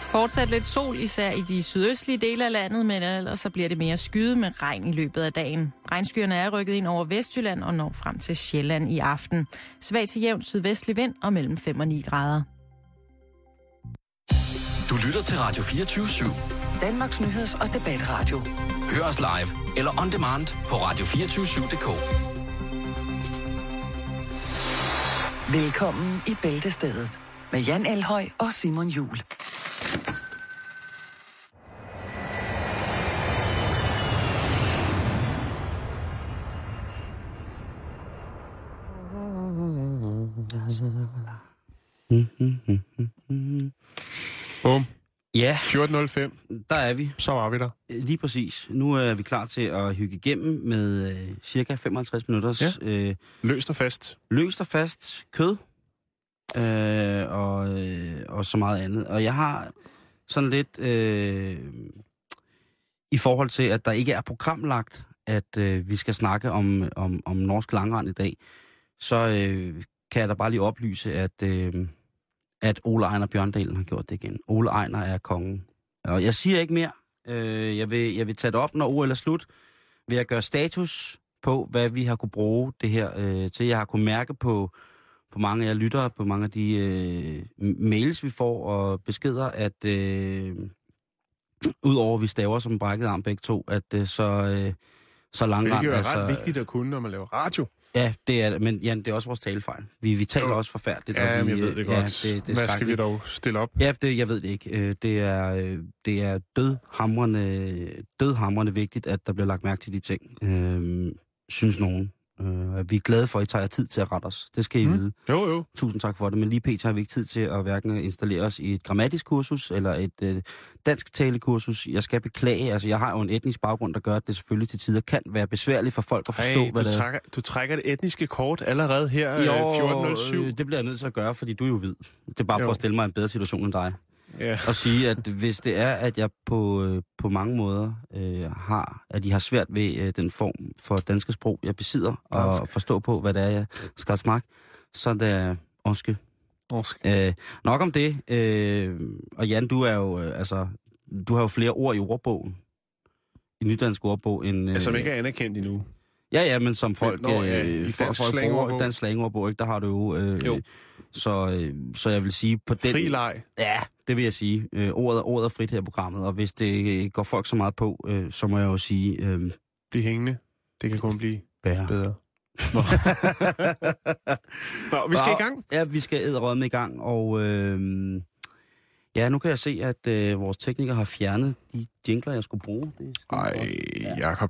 Fortsat lidt sol, især i de sydøstlige dele af landet, men ellers så bliver det mere skyet med regn i løbet af dagen. Regnskyerne er rykket ind over Vestjylland og når frem til Sjælland i aften. Svag til jævn sydvestlig vind og mellem 5 og 9 grader. Du lytter til Radio 24/7. Danmarks nyheds- og debatradio. Hør os live eller on demand på radio247.dk. Velkommen i Bæltestedet med Jan Elhøj og Simon Juhl. Bum. Ja. 14.05. Der er vi. Så var vi der. Lige præcis. Nu er vi klar til at hygge igennem med cirka 55 minutters Løst og fast. Løst og fast kød og så meget andet. Og jeg har sådan lidt i forhold til, at der ikke er programlagt, at vi skal snakke om norsk langrend i dag, så kan jeg da bare lige oplyse, at Ole Einar Bjørndalen har gjort det igen. Ole Einar er kongen. Og jeg siger ikke mere. Jeg vil tage det op, når OL er slut. Vil jeg gøre status på, hvad vi har kunne bruge det her til. Jeg har kunne mærke på mange af jer lyttere, på mange af de mails, vi får og beskeder, at udover vi staver som brækket arm begge to, at så langrend... Det er jo ret vigtigt at kunne, når man laver radio. Ja, det er det. Men Jan, det er også vores talefejl. Vi taler også forfærdeligt. Ja, men jeg ved det godt. Det hvad skal vi dog stille op? Ja, jeg ved det ikke. Det er dødhamrende vigtigt, at der bliver lagt mærke til de ting. Synes nogen. Vi er glade for, at I tager jer tid til at rette os. Det skal I vide. Jo. Tusind tak for det. Men lige pt. har vi ikke tid til at hverken installere os i et grammatisk kursus eller et dansk talekursus. Jeg skal beklage. Altså, jeg har jo en etnisk baggrund, der gør, at det selvfølgelig til tider kan være besværligt for folk at forstå, hvad det er. Du trækker det etniske kort allerede her 14.07. Det bliver jeg nødt til at gøre, fordi du er jo hvid. Det er bare for at stille mig i en bedre situation end dig. Ja. Og sige, at hvis det er, at jeg på mange måder at I har svært ved den form for danske sprog, jeg besidder, og forstå på, hvad det er, jeg skal snakke, så er det onske. Nok om det. Og Jan, du er jo, du har jo flere ord i ordbogen. I nydansk ordbog end... som ikke er anerkendt endnu. Ja, men som folk... i dansk slangordbog, ikke? Der har du jo... Så jeg vil sige på den... Fri leg. Ja, det vil jeg sige. Ordet er frit her i programmet, og hvis det går folk så meget på, så må jeg jo sige... Bliv hængende. Det kan kun blive bedre. Nå, vi skal i gang. Ja, vi skal edderrømme i gang, og... nu kan jeg se, at vores tekniker har fjernet de jingler, jeg skulle bruge. Jakob.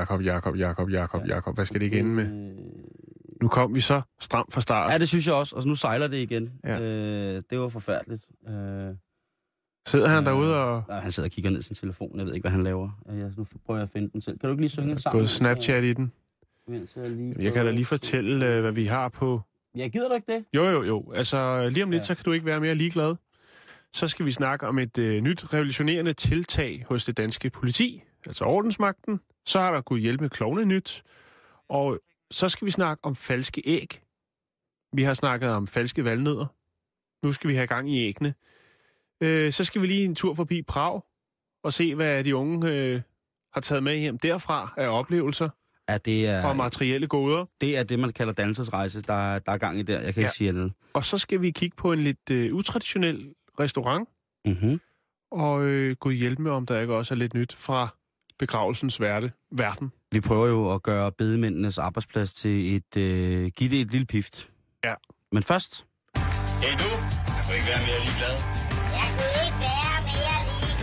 Hvad skal det ikke ende med? Nu kom vi så stramt fra start. Ja, det synes jeg også, og nu sejler det igen. Ja. Det var forfærdeligt. Sidder han derude og... Nej, han sidder og kigger ned i sin telefon. Jeg ved ikke, hvad han laver. Nu prøver jeg at finde den selv. Kan du ikke lige synge en sang? Gået Snapchat i den. Jeg kan da lige fortælle, hvad vi har på... Ja, gider du ikke det? Jo. Altså, lige om lidt, så kan du ikke være mere ligeglad. Så skal vi snakke om et nyt revolutionerende tiltag hos det danske politi, altså ordensmagten. Så har der kunnet hjælpe med klovnenyt. Og så skal vi snakke om falske æg. Vi har snakket om falske valnødder. Nu skal vi have gang i æggene. Så skal vi lige en tur forbi Prag og se, hvad de unge har taget med hjem derfra af oplevelser. Ja, det er, og materielle goder. Det er det, man kalder dannelsesrejse. Der er gang i der. Jeg kan ikke sige andet. Og så skal vi kigge på en lidt utraditionel restaurant. Mm-hmm. Og gå hjælpe med, om der ikke også er lidt nyt fra begravelsens verden. Vi prøver jo at gøre bedemændenes arbejdsplads til et... give det et lille pift. Ja. Men først... Hey du, jeg kunne ikke være mere ligeglad. Jeg kunne ikke være mere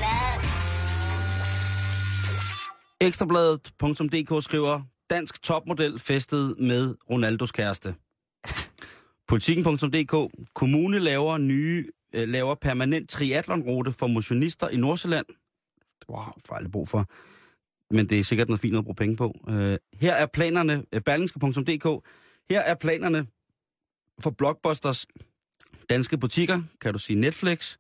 ligeglad. Ekstrabladet.dk skriver, dansk topmodel festet med Ronaldos kæreste. Politikken.dk, kommune laver permanent triathlonrute for motionister i Nordsjælland. Wow, for aldrig brug for. Men det er sikkert noget fint at bruge penge på. Her er planerne, berlingske.dk, her er planerne for Blockbusters danske butikker, kan du sige Netflix.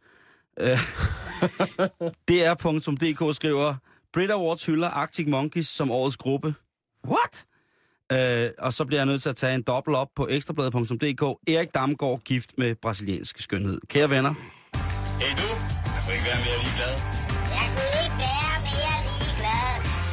DR.dk skriver, Brit Awards hylder Arctic Monkeys som årets gruppe. What? Og så bliver jeg nødt til at tage en dobbelt op på ekstrabladet.dk. Erik Damgaard gift med brasiliansk skønhed. Kære venner. Hey du, jeg kunne ikke være mere ligeglad. Jeg kunne ikke være mere ligeglad.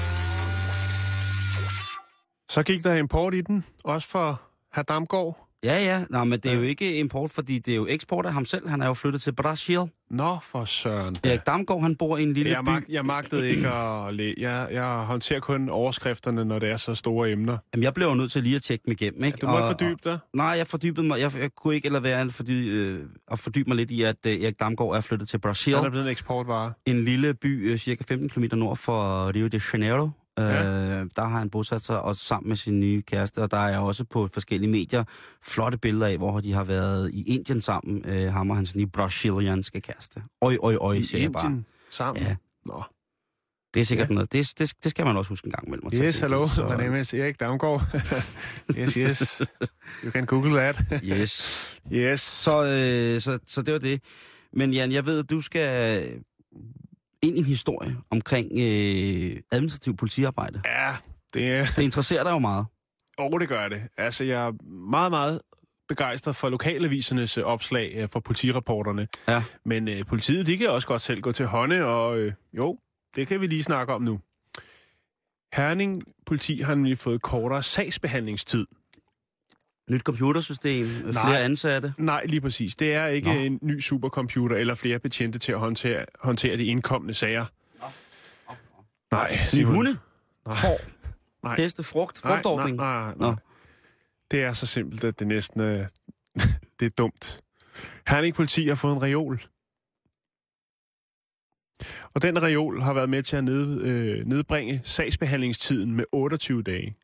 Så gik der import i den, også for hr. Damgaard. Ja. Nå, men det er jo ikke import, fordi det er jo eksport af ham selv. Han er jo flyttet til Brasil. Nå, for søren. Erik Damgaard, han bor i en lille by. Jeg magtede ikke at jeg håndterer kun overskrifterne, når det er så store emner. Jamen, jeg blev jo nødt til lige at tjekke dem igennem, ikke? Ja, du må fordybe dig. Nej, jeg fordybede mig. Jeg kunne ikke lade være at fordybe mig lidt i, at Erik Damgaard er flyttet til Brasil. Han er blevet en eksportvare. En lille by, cirka 15 km nord for Rio de Janeiro. Der har han bosat sig og sammen med sin nye kæreste, og der er også på forskellige medier flotte billeder af, hvor de har været i Indien sammen, ham og hans nye brasilianske kæreste. Oj, siger jeg bare. Indien sammen? Ja. Nå. Det er sikkert noget. Det skal man også huske en gang imellem. Yes, hello. My name is Erik Damgaard. yes. You can google that. Yes. Så det var det. Men Jan, jeg ved, at du skal ind i en historie omkring administrativ politiarbejde. Ja, det interesserer dig jo meget. Det gør det. Altså, jeg er meget, meget begejstret for lokalavisernes opslag for politirapporterne. Ja. Men politiet, de kan også godt selv gå til hånde, og det kan vi lige snakke om nu. Herning politi har nemlig fået kortere sagsbehandlingstid. Nyt computersystem, flere ansatte? Nej, lige præcis. Det er ikke en ny supercomputer eller flere betjente til at håndtere de indkommende sager. Nej, Nye hunde? Nej. Heste, frugtordning? Nej. Det er så simpelt, at det næsten det er dumt. Herning politi har fået en reol. Og den reol har været med til at nedbringe sagsbehandlingstiden med 28 dage.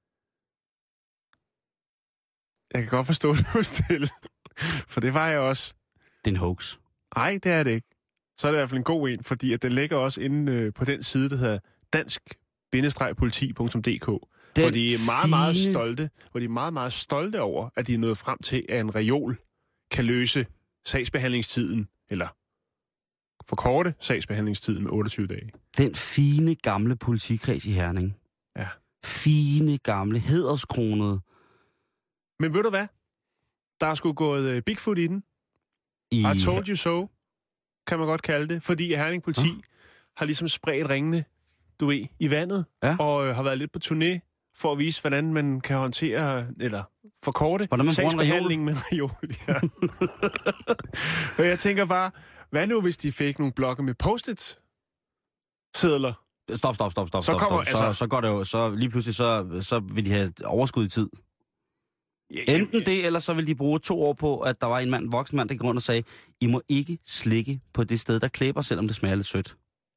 Jeg kan godt forstå, at du er stille. For det var jeg også. Det er en hoax. Nej, det er det ikke. Så er det i hvert fald en god en, fordi at den ligger også inde på den side, der hedder dansk-politi.dk. Hvor de er meget, meget stolte over, at de er nået frem til, at en reol kan løse sagsbehandlingstiden, eller forkorte sagsbehandlingstiden med 28 dage. Den fine, gamle politikreds i Herning. Ja. Fine, gamle, hæderskronede. Men ved du hvad? Der er sgu gået Bigfoot i den. I told you so, kan man godt kalde det. Fordi Herning politi har ligesom spredt ringene, du ved, i vandet. Ja. Og har været lidt på turné for at vise, hvordan man kan håndtere, eller forkorte sagsbehandlingen med en reol. Ja. Og jeg tænker bare, hvad nu, hvis de fik nogle blokke med post-it sedler? Stop. Så går det jo, så lige pludselig, så vil de have overskud i tid. Enten det, eller så vil de bruge 2 år på, at der var en voksen mand, der gik rundt og sagde, I må ikke slikke på det sted, der klæber, selvom det smager lidt sødt.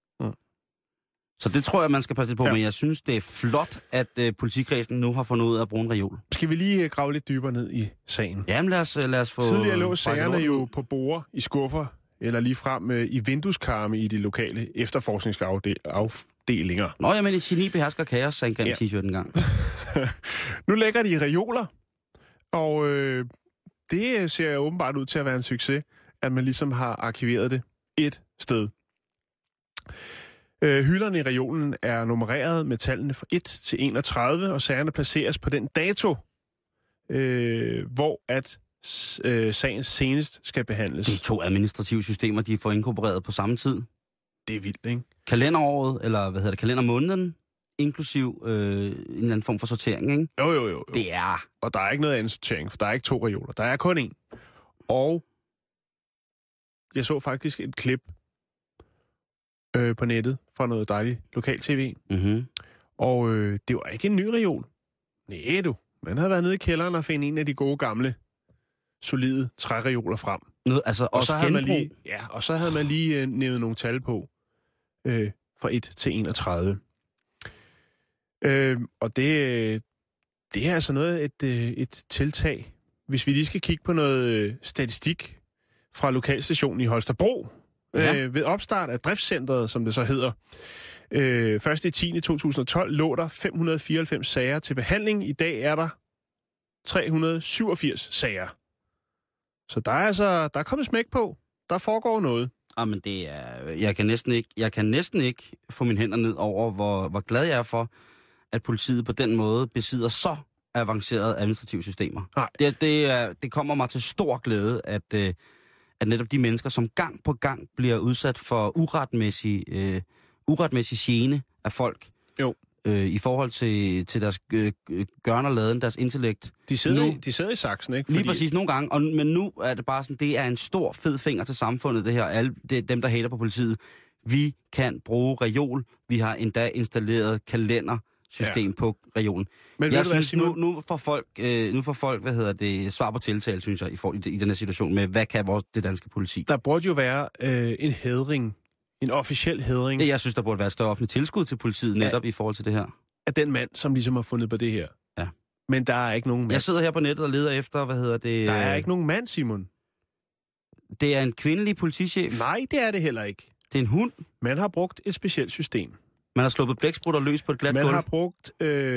Så det tror jeg, man skal passe lidt på, men jeg synes, det er flot, at politikredsen nu har fundet ud af at bruge en reol. Skal vi lige grave lidt dybere ned i sagen? Jamen lad os få... Tidligere lå sagerne jo på borde, i skuffer, eller lige frem i vindueskarme i de lokale efterforskningsafdelinger. Nå, jamen et geni behersker kaos, sagde en grim t-shirt engang. Nu lægger de reoler, og det ser åbenbart ud til at være en succes, at man ligesom har arkiveret det et sted. Hylderne i reolen er nummereret med tallene fra 1 til 31, og sagerne placeres på den dato, hvor at sagen senest skal behandles. Det er 2 administrative systemer, de får inkorporeret på samme tid. Det er vildt, ikke? Kalenderåret, eller kalendermåneden, inklusiv en eller anden form for sortering, ikke? Jo. Det er... Og der er ikke noget andet sortering, for der er ikke 2 reoler. Der er kun 1. Og jeg så faktisk et klip på nettet fra noget dejligt lokal-tv. Mm-hmm. Og det var ikke en ny reol. Næh du. Man havde været nede i kælderen og finde en af de gode gamle, solide træreoler frem. Noget, altså og også så havde man genbrug. lige, og så havde man lige nævnt nogle tal på fra 1 til 31. Og det er altså noget et tiltag. Hvis vi lige skal kigge på noget statistik fra lokalstationen i Holstebro, ved opstart af driftscentret, som det så hedder, 1.10.2012 lå der 594 sager til behandling. I dag er der 387 sager. Så der er kommet smæk på. Der foregår noget. Jamen det er... Jeg kan næsten ikke få mine hænder ned over, hvor glad jeg er for, at politiet på den måde besidder så avancerede administrative systemer. Nej. Det kommer mig til stor glæde, at netop de mennesker, som gang på gang bliver udsat for uretmæssig gene af folk, i forhold til deres gørn og laden, deres intellekt. De sidder i saksen, ikke? Lige præcis nogle gange, men nu er det bare sådan, det er en stor fed finger til samfundet, det her. Dem, der hater på politiet. Vi kan bruge reol. Vi har endda installeret kalendersystem på reolen. Men jeg synes, nu får folk, svar på tiltale, synes jeg, i den her situation med, hvad kan det danske politi? Der burde jo være en hædring, en officiel hædring. Jeg synes, der burde være et større offentligt tilskud til politiet netop i forhold til det her. Af den mand, som ligesom har fundet på det her. Ja. Men der er ikke nogen mand. Jeg sidder her på nettet og leder efter, Der er ikke nogen mand, Simon. Det er en kvindelig politichef. Nej, det er det heller ikke. Det er en hund. Man har brugt et specielt system. Man har sluppet blæksprutter løs på et glat gulv. Man har brugt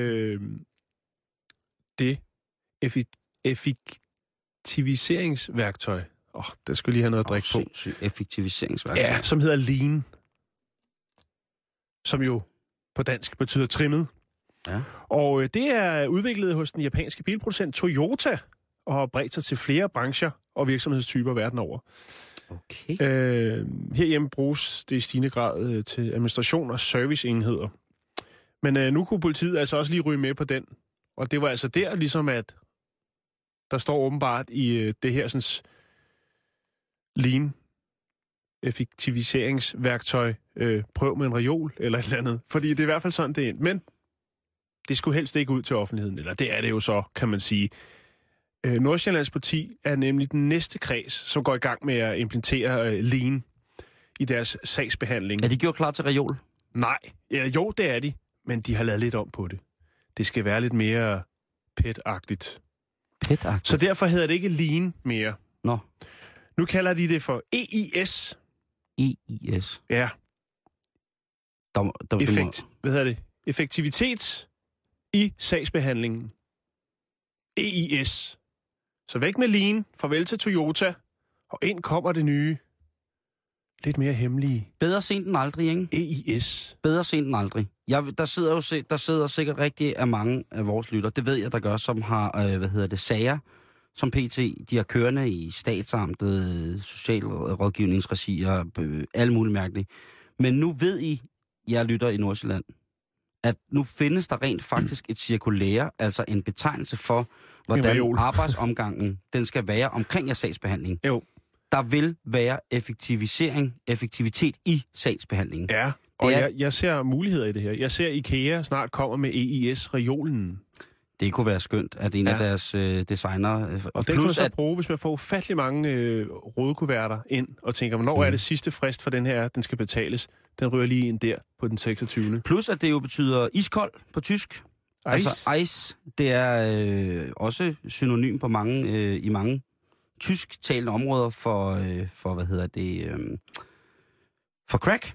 det effektiviseringsværktøj. Der skulle lige have noget at drikke på. Effektiviseringsværktøj. Ja, som hedder Lean. Som jo på dansk betyder trimmet. Ja. Og det er udviklet hos den japanske bilproducent Toyota og har bredt sig til flere brancher og virksomhedstyper verden over. Okay. Herhjemme bruges det i stigende grad til administration og serviceenheder. Men nu kunne politiet altså også lige ryge med på den. Og det var altså der ligesom, at der står åbenbart i det her sådan Lean effektiviseringsværktøj, prøv med en reol eller et eller andet. Fordi det er i hvert fald sådan, det er. Men det skulle helst ikke ud til offentligheden. Eller det er det jo så, kan man sige. Nordsjællands politi er nemlig den næste kreds, som går i gang med at implementere Lean i deres sagsbehandling. Er de gjort klar til reol? Nej. Jo, det er de. Men de har lavet lidt om på det. Det skal være lidt mere pet-agtigt. Pet-agtigt? Så derfor hedder det ikke Lean mere. Nå. Nu kalder de det for EIS. EIS? Ja. Hvad hedder det? Effektivitet i sagsbehandlingen. EIS. Så væk med Lean, farvel til Toyota, og ind kommer det nye. Lidt mere hemmelige. Bedre sent end aldrig, ikke? EIS. Bedre sent end aldrig. Der sidder sikkert rigtig af mange af vores lytter, det ved jeg, der gør, som har, sager, som PT, de har kørende i statsamtet, socialrådgivningsregi og alle mulige mærkelige. Men nu ved I, jeg lytter i Nordsjælland, at nu findes der rent faktisk et cirkulære, altså en betegnelse for, hvordan arbejdsomgangen den skal være omkring jeres sagsbehandling. Jo. Der vil være effektivitet i sagsbehandlingen. Ja, og jeg ser muligheder i det her. Jeg ser IKEA snart kommer med EIS-reolen. Det kunne være skønt, at en af deres designere... Og det kan man så bruge, hvis man får ufattelig mange rådkuverter ind, og tænker, hvornår er det sidste frist for den her, den skal betales? Den ryger lige ind der på den 26. Plus, at det jo betyder iskold på tysk. Ice. Altså ice, det er også synonym på i mange tysktalende områder for for crack.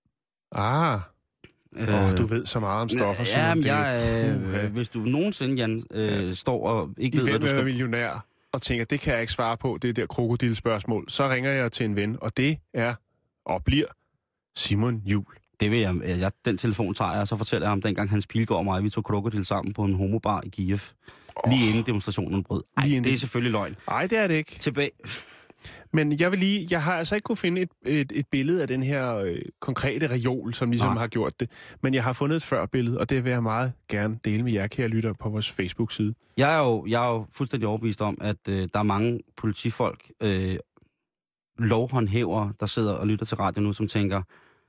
Du ved så meget om stoffer. Hvis du nogensinde, Jan, står og ikke ved, hvad du skal... millionær og tænker, det kan jeg ikke svare på, det der krokodilspørgsmål, så ringer jeg til en ven, og det er og bliver Simon Juhl. Det vil jeg. Den telefon tager jeg, og så fortæller jeg om dengang Hans Pilgaard og mig, vi tog krokodil sammen på en homobar i Kiev. Lige inden demonstrationen brød. Det er selvfølgelig løgn. Nej, det er det ikke. Tilbage. Men jeg har altså ikke kunne finde et billede af den her konkrete reol, som ligesom har gjort det. Men jeg har fundet et førbillede, og det vil jeg meget gerne dele med jer, kære lytter, på vores Facebook-side. Jeg er jo fuldstændig overbevist om, at der er mange politifolk, lovhåndhævere, der sidder og lytter til radio nu, som tænker,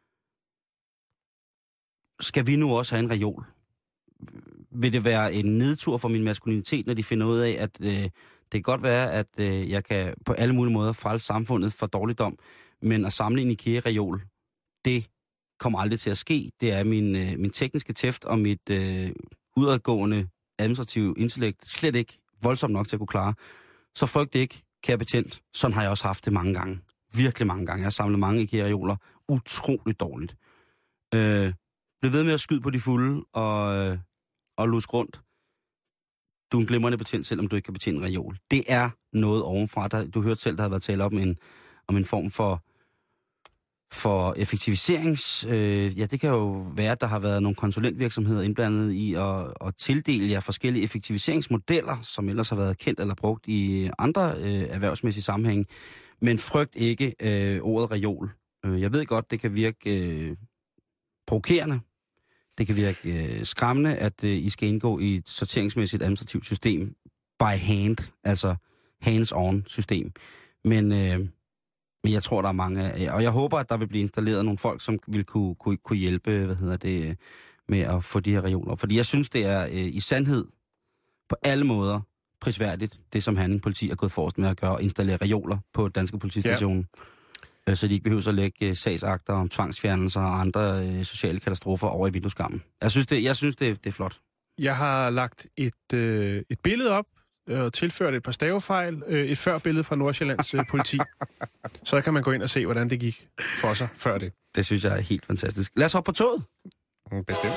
skal vi nu også have en reol? Vil det være en nedtur for min maskulinitet, når de finder ud af, at det kan godt være, at jeg kan på alle mulige måder frelse samfundet for dårligdom, men at samle en IKEA-reol, det kommer aldrig til at ske. Det er min tekniske tæft og mit udadgående administrative intellekt slet ikke voldsomt nok til at kunne klare. Så frygt ikke, kære betjent. Sådan har jeg også haft det mange gange. Virkelig mange gange. Jeg har samlet mange IKEA-reoler. Utroligt dårligt. Bliv ved med at skyde på de fulde og lusk rundt. Du er en glimrende betjent, selvom du ikke kan betjene en reol. Det er noget ovenfra. Du hørte selv, der har været talt om en form for effektiviserings... det kan jo være, at der har været nogle konsulentvirksomheder indblandet i at tildele jer forskellige effektiviseringsmodeller, som ellers har været kendt eller brugt i andre erhvervsmæssige sammenhænge. Men frygt ikke ordet reol. Jeg ved godt, det kan virke provokerende. Det kan virke skræmmende, at I skal indgå i et sorteringsmæssigt administrativt system by hand, altså hands-on system. Men jeg tror, der er mange, og jeg håber, at der vil blive installeret nogle folk, som vil kunne hjælpe, med at få de her reoler. Fordi jeg synes, det er i sandhed på alle måder prisværdigt, det som Herning Politi er gået forrest med at gøre, at installere reoler på danske politistationen. Ja. Så de ikke behøver at lægge sagsakter om tvangsfjernelser og andre sociale katastrofer over i vindueskammen. Jeg synes, det er flot. Jeg har lagt et billede op og tilført et par stavefejl. Et førbillede fra Nordsjællands politi. Så kan man gå ind og se, hvordan det gik for sig før det. Det synes jeg er helt fantastisk. Lad os hoppe på toget. Bestemt.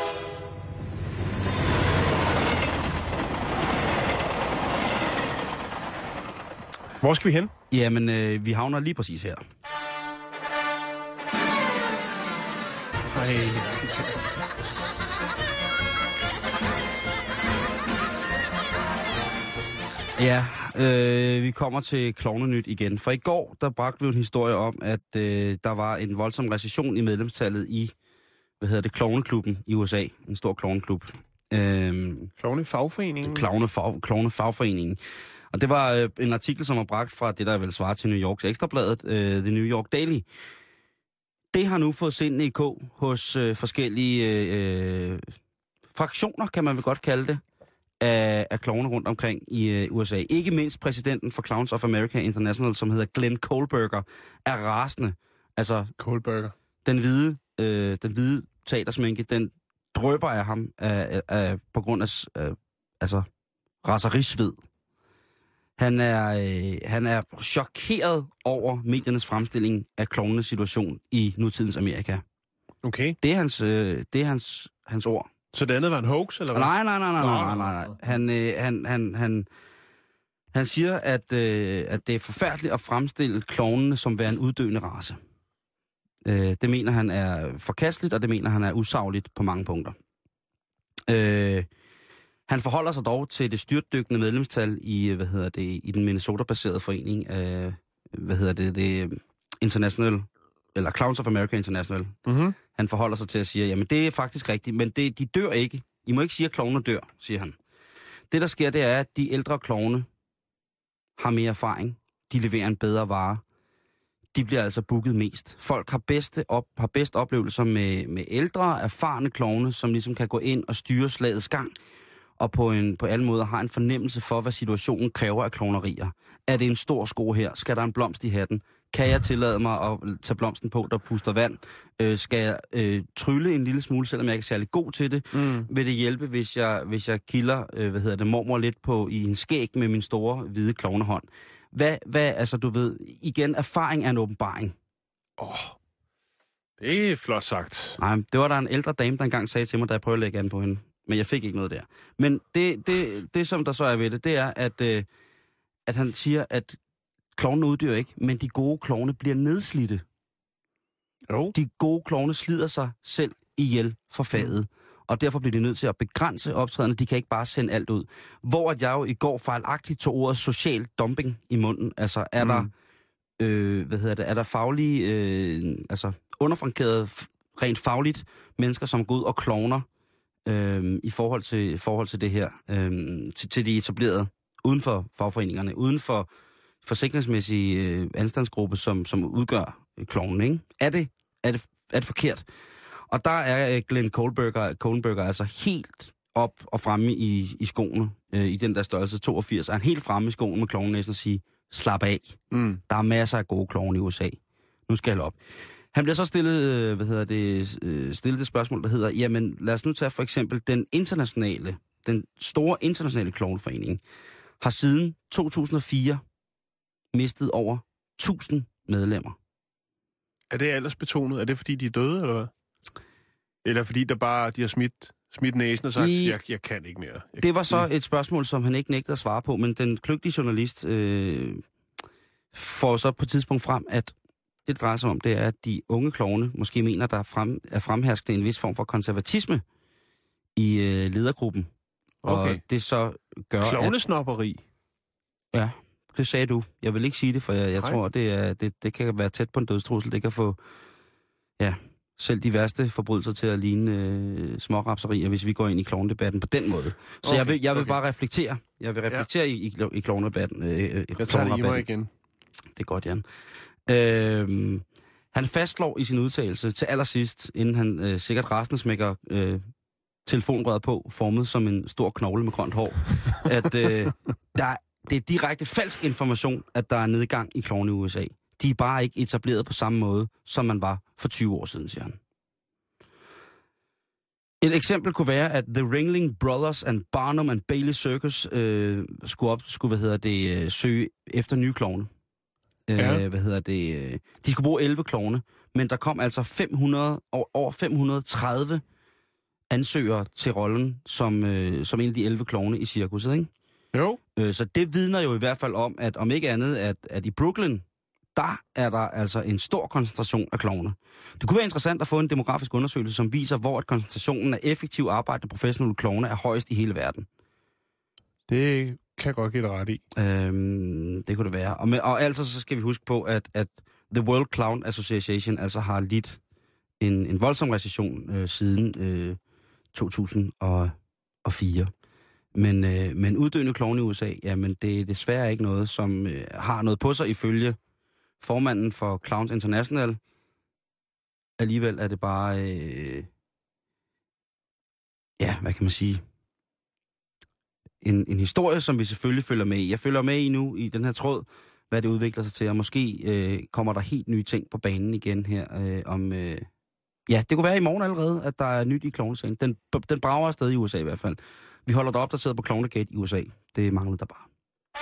Hvor skal vi hen? Jamen, vi havner lige præcis her. Ja, vi kommer til Klovnenyt igen. For i går, der bragte vi en historie om, at der var en voldsom recession i medlemstallet i, Klovneklubben i USA. En stor klovneklub. Klovnefagforeningen? Klovnefagforeningen. Og det var en artikel, som var bragt fra det, der vel svarer til New Yorks Ekstrabladet, The New York Daily. Det har nu fået sindene i kog hos forskellige fraktioner, kan man vel godt kalde det, af klovne rundt omkring i USA. Ikke mindst præsidenten for Clowns of America International, som hedder Glenn Kohlberger, er rasende. Altså, Kohlberger. Den hvide teatersminke, den drøber af ham på grund af raserisved. Han er chokeret over mediernes fremstilling af klovnenes situation i nutidens Amerika. Okay. Det er hans ord. Så det andet var en hoax, eller hvad? Nej. Han siger, at det er forfærdeligt at fremstille klovnene som være en uddøende race. Det mener han er forkasteligt, og det mener han er usagligt på mange punkter. Han forholder sig dog til det styrtdykkende medlemstal i, i den Minnesota-baserede forening, International, eller Clowns of America International. Mm-hmm. Han forholder sig til at sige, jamen det er faktisk rigtigt, men de dør ikke. I må ikke sige, at klovne dør, siger han. Det, der sker, det er, at de ældre klovne har mere erfaring. De leverer en bedre vare. De bliver altså booket mest. Folk har bedst oplevelser med ældre, erfarne klovne, som ligesom kan gå ind og styre slagets gang, og på alle måder har en fornemmelse for, hvad situationen kræver af klovnerier. Er det en stor sko her? Skal der en blomst i hatten? Kan jeg tillade mig at tage blomsten på, der puster vand? Skal jeg trylle en lille smule, selvom jeg ikke er særlig god til det? Vil det hjælpe, hvis jeg kilder, mormor lidt i en skæg med min store, hvide klovnehånd? Altså du ved, igen, erfaring er en åbenbaring. Det er flot sagt. Nej, det var der en ældre dame, der engang sagde til mig, da jeg prøvede at lægge an på hende. Men jeg fik ikke noget der. Men det som der så er ved det er, at han siger, at klovne uddør ikke, men de gode klovne bliver nedslidte. Jo. De gode klovne slider sig selv ihjel for faget, og derfor bliver de nødt til at begrænse optræderne. De kan ikke bare sende alt ud. Hvor at jeg jo i går fejlagtigt tog ordet social dumping i munden. Altså er der, er der faglige, underfrankerede, rent fagligt mennesker, som går ud og klovner i forhold til det her, til de etablerede, uden for fagforeningerne, uden for forsikringsmæssige anstandsgruppe, som udgør klovnen, ikke? Er det forkert? Og der er Glenn Kohlberger altså helt op og fremme i skoene, i den der størrelse 82, er han helt fremme i skoene med klovnenæsen og sige, slap af. Der er masser af gode klovne i USA. Nu skal jeg op. Han bliver så stillet det spørgsmål, der hedder, jamen lad os nu tage for eksempel den store internationale klovneforening, har siden 2004 mistet over 1000 medlemmer. Er det aldersbetonet? Er det fordi de er døde, eller hvad? Eller fordi de har smidt næsen og sagt, jeg kan ikke mere? Det var så et spørgsmål, som han ikke nægtede at svare på, men den kløgtige journalist får så på et tidspunkt frem, at det drejer sig om, det er, at de unge klovne måske mener, der er fremherskende en vis form for konservatisme i ledergruppen. Okay. Og det så gør, klovnesnopperi? Ja, Det sagde du. Jeg vil ikke sige det, for jeg tror, det kan være tæt på en dødstrussel. Det kan få selv de værste forbrydelser til at ligne smårapserier, hvis vi går ind i klovnedebatten på den måde. Så jeg vil bare reflektere. Jeg vil reflektere i klovnedebatten. Jeg tager det i mig igen. Det er godt, Jan. Han fastslår i sin udtalelse til allersidst, inden han sikkert resten smækker telefonrøret på, formet som en stor knogle med grønt hår, at det er direkte falsk information, at der er nedgang i klovne i USA. De er bare ikke etableret på samme måde, som man var for 20 år siden, siger han. Et eksempel kunne være, at The Ringling Brothers and Barnum and Bailey Circus skulle søge efter nye klovne. De skulle bruge 11 klovne, men der kom altså over 530 ansøgere til rollen som en af de 11 klovne i cirkuset, ikke? Jo. Så det vidner jo i hvert fald om, at om ikke andet, at i Brooklyn, der er der altså en stor koncentration af klovne. Det kunne være interessant at få en demografisk undersøgelse, som viser, hvor at koncentrationen af effektivt arbejdende professionelle klovne er højest i hele verden. Det kan jeg godt give dig ret i. Det kunne det være. Og altså så skal vi huske på, at The World Clown Association altså har lidt en voldsom recession siden 2004. Men uddøende klovne i USA, jamen det er desværre ikke noget, som har noget på sig ifølge formanden for Clowns International. Alligevel er det bare, hvad kan man sige, en historie, som vi selvfølgelig følger med i. Jeg følger med i nu i den her tråd, hvad det udvikler sig til, og måske kommer der helt nye ting på banen igen her det kunne være i morgen allerede, at der er nyt i klovnesagen. Den brager afsted i USA i hvert fald. Vi holder dig opdateret på Klovnegate i USA. Det manglede der bare.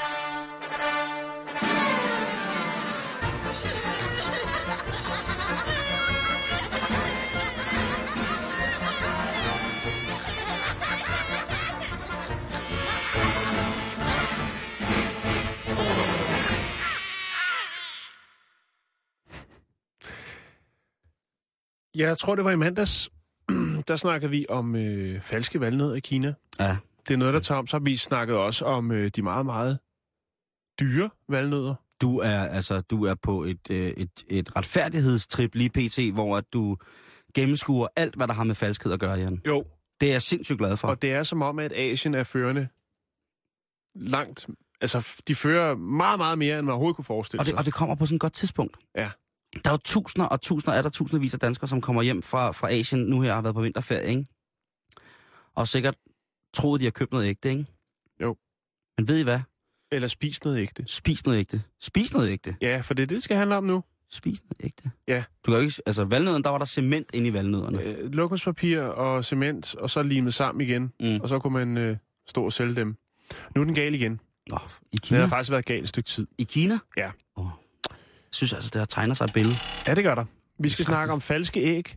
Jeg tror, det var i mandags. Der snakkede vi om falske valnødder i Kina. Ja. Det er noget, der tager om. Så har vi snakket også om de meget, meget dyre valnødder. Du er på et retfærdighedstrip lige pt, hvor at du gennemskuer alt, hvad der har med falskhed at gøre, Jan. Jo. Det er jeg sindssygt glad for. Og det er som om, at Asien er førende langt. Altså, de fører meget, meget mere, end man overhovedet kunne forestille sig. Og det kommer på sådan et godt tidspunkt. Ja. Der er jo tusindvis af danskere, som kommer hjem fra Asien nu her og har været på vinterferie, ikke? Og sikkert troede, de har købt noget ægte, ikke? Jo. Men ved I hvad? Eller spis noget ægte. Spis noget ægte. Ja, for det skal handle om nu. Spis noget ægte. Ja. Du kan jo ikke, altså valnødderne, der var der cement inde i valnødderne. Lokumspapir og cement, og så limet sammen igen. Og så kunne man stå og sælge dem. Nu er den gal igen. I Kina? Den har faktisk været gal et stykke tid. I Kina? Ja. Jeg synes altså, det har tegnet sig et billede. Ja, det gør der. Vi skal snakke om falske æg.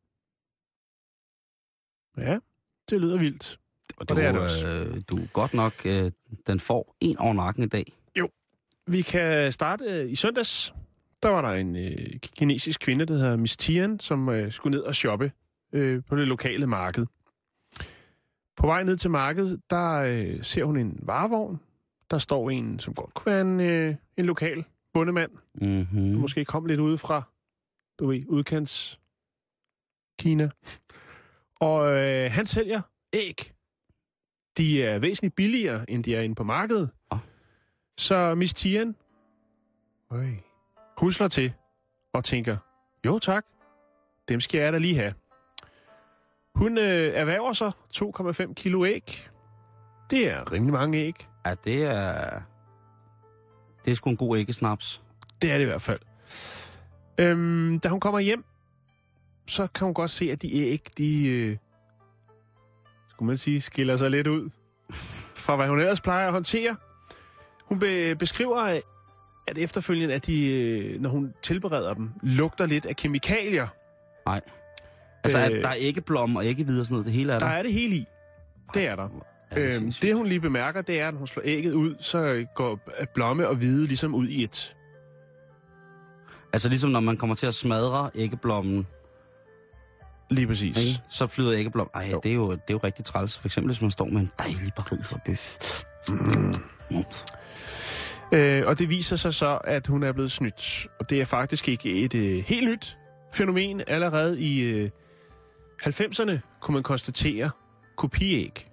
Ja, det lyder vildt. Og det er det også. Du godt nok, den får en over nakken i dag. Jo. Vi kan starte i søndags. Der var der en kinesisk kvinde, der hedder Miss Tian, som skulle ned og shoppe på det lokale marked. På vej ned til markedet, der ser hun en varevogn. Der står en, som godt kunne være en lokal bondemand. Mm-hmm. Måske kom lidt ude fra, udkants Kina. Og han sælger æg. De er væsentligt billigere, end de er inde på markedet. Så Miss Tian, hun slår til og tænker, jo tak, dem skal jeg da lige have. Hun erhverver sig 2,5 kilo æg. Det er rimelig mange æg. Ja, det er sgu en god æggesnaps. Det er det i hvert fald. Da hun kommer hjem, så kan hun godt se, at de æg, skulle man sige, skiller sig lidt ud fra, hvad hun ellers plejer at håndtere. Hun beskriver, at efterfølgende, at de, når hun tilbereder dem, lugter lidt af kemikalier. Nej. Altså, der er æggeblom og æggehvide og sådan noget, det hele er der? Der er det hele i. Det er der. Det hun lige bemærker, det er, at når hun slår ægget ud, så går blomme og hvide ligesom ud i et. Altså ligesom når man kommer til at smadre æggeblommen. Lige præcis. Ikke? Så flyder æggeblom. Ej, det er jo rigtig træls. For eksempel hvis man står med en dejlig parisarbøf. Og det viser sig så, at hun er blevet snydt. Og det er faktisk ikke et helt nyt fænomen. Allerede i 90'erne kunne man konstatere kopiæg.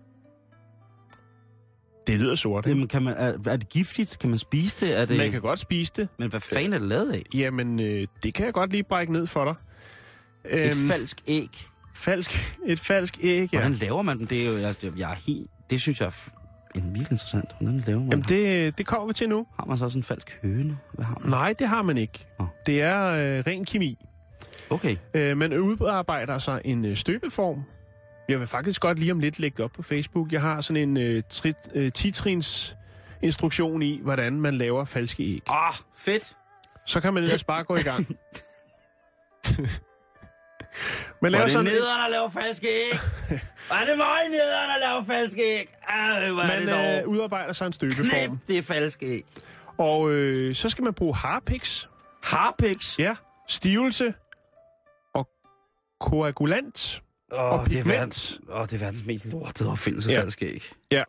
Det lyder sort, ikke? Jamen, er det giftigt? Kan man spise det? Er det... Man kan godt spise det. Men hvad fanden er det lavet af? Jamen, det kan jeg godt lige brække ned for dig. Et falsk æg? Et falsk æg, ja. Hvordan laver man den? Det er jo, jeg er helt... Det synes jeg er virkelig interessant. Hvordan laver man det kommer vi til nu. Har man så også en falsk høne? Hvad har man? Nej, det har man ikke. Det er ren kemi. Okay. Man udarbejder sig en støbeform. Jeg vil faktisk godt lige om lidt lægge det op på Facebook. Jeg har sådan en 10-trins instruktion i, hvordan man laver falske æg. Fedt. Så kan man ellers bare gå i gang. Man laver sådan nederen at lave falske æg. Var det meget nederen at lave falske æg? Man udarbejder sig en støbeform. Knæp, det er falske æg. Og så skal man bruge harpiks. Harpiks? Ja. Stivelse og koagulant og pigment. Det er verdens mest lortede opfindelse, falske æg. Ja.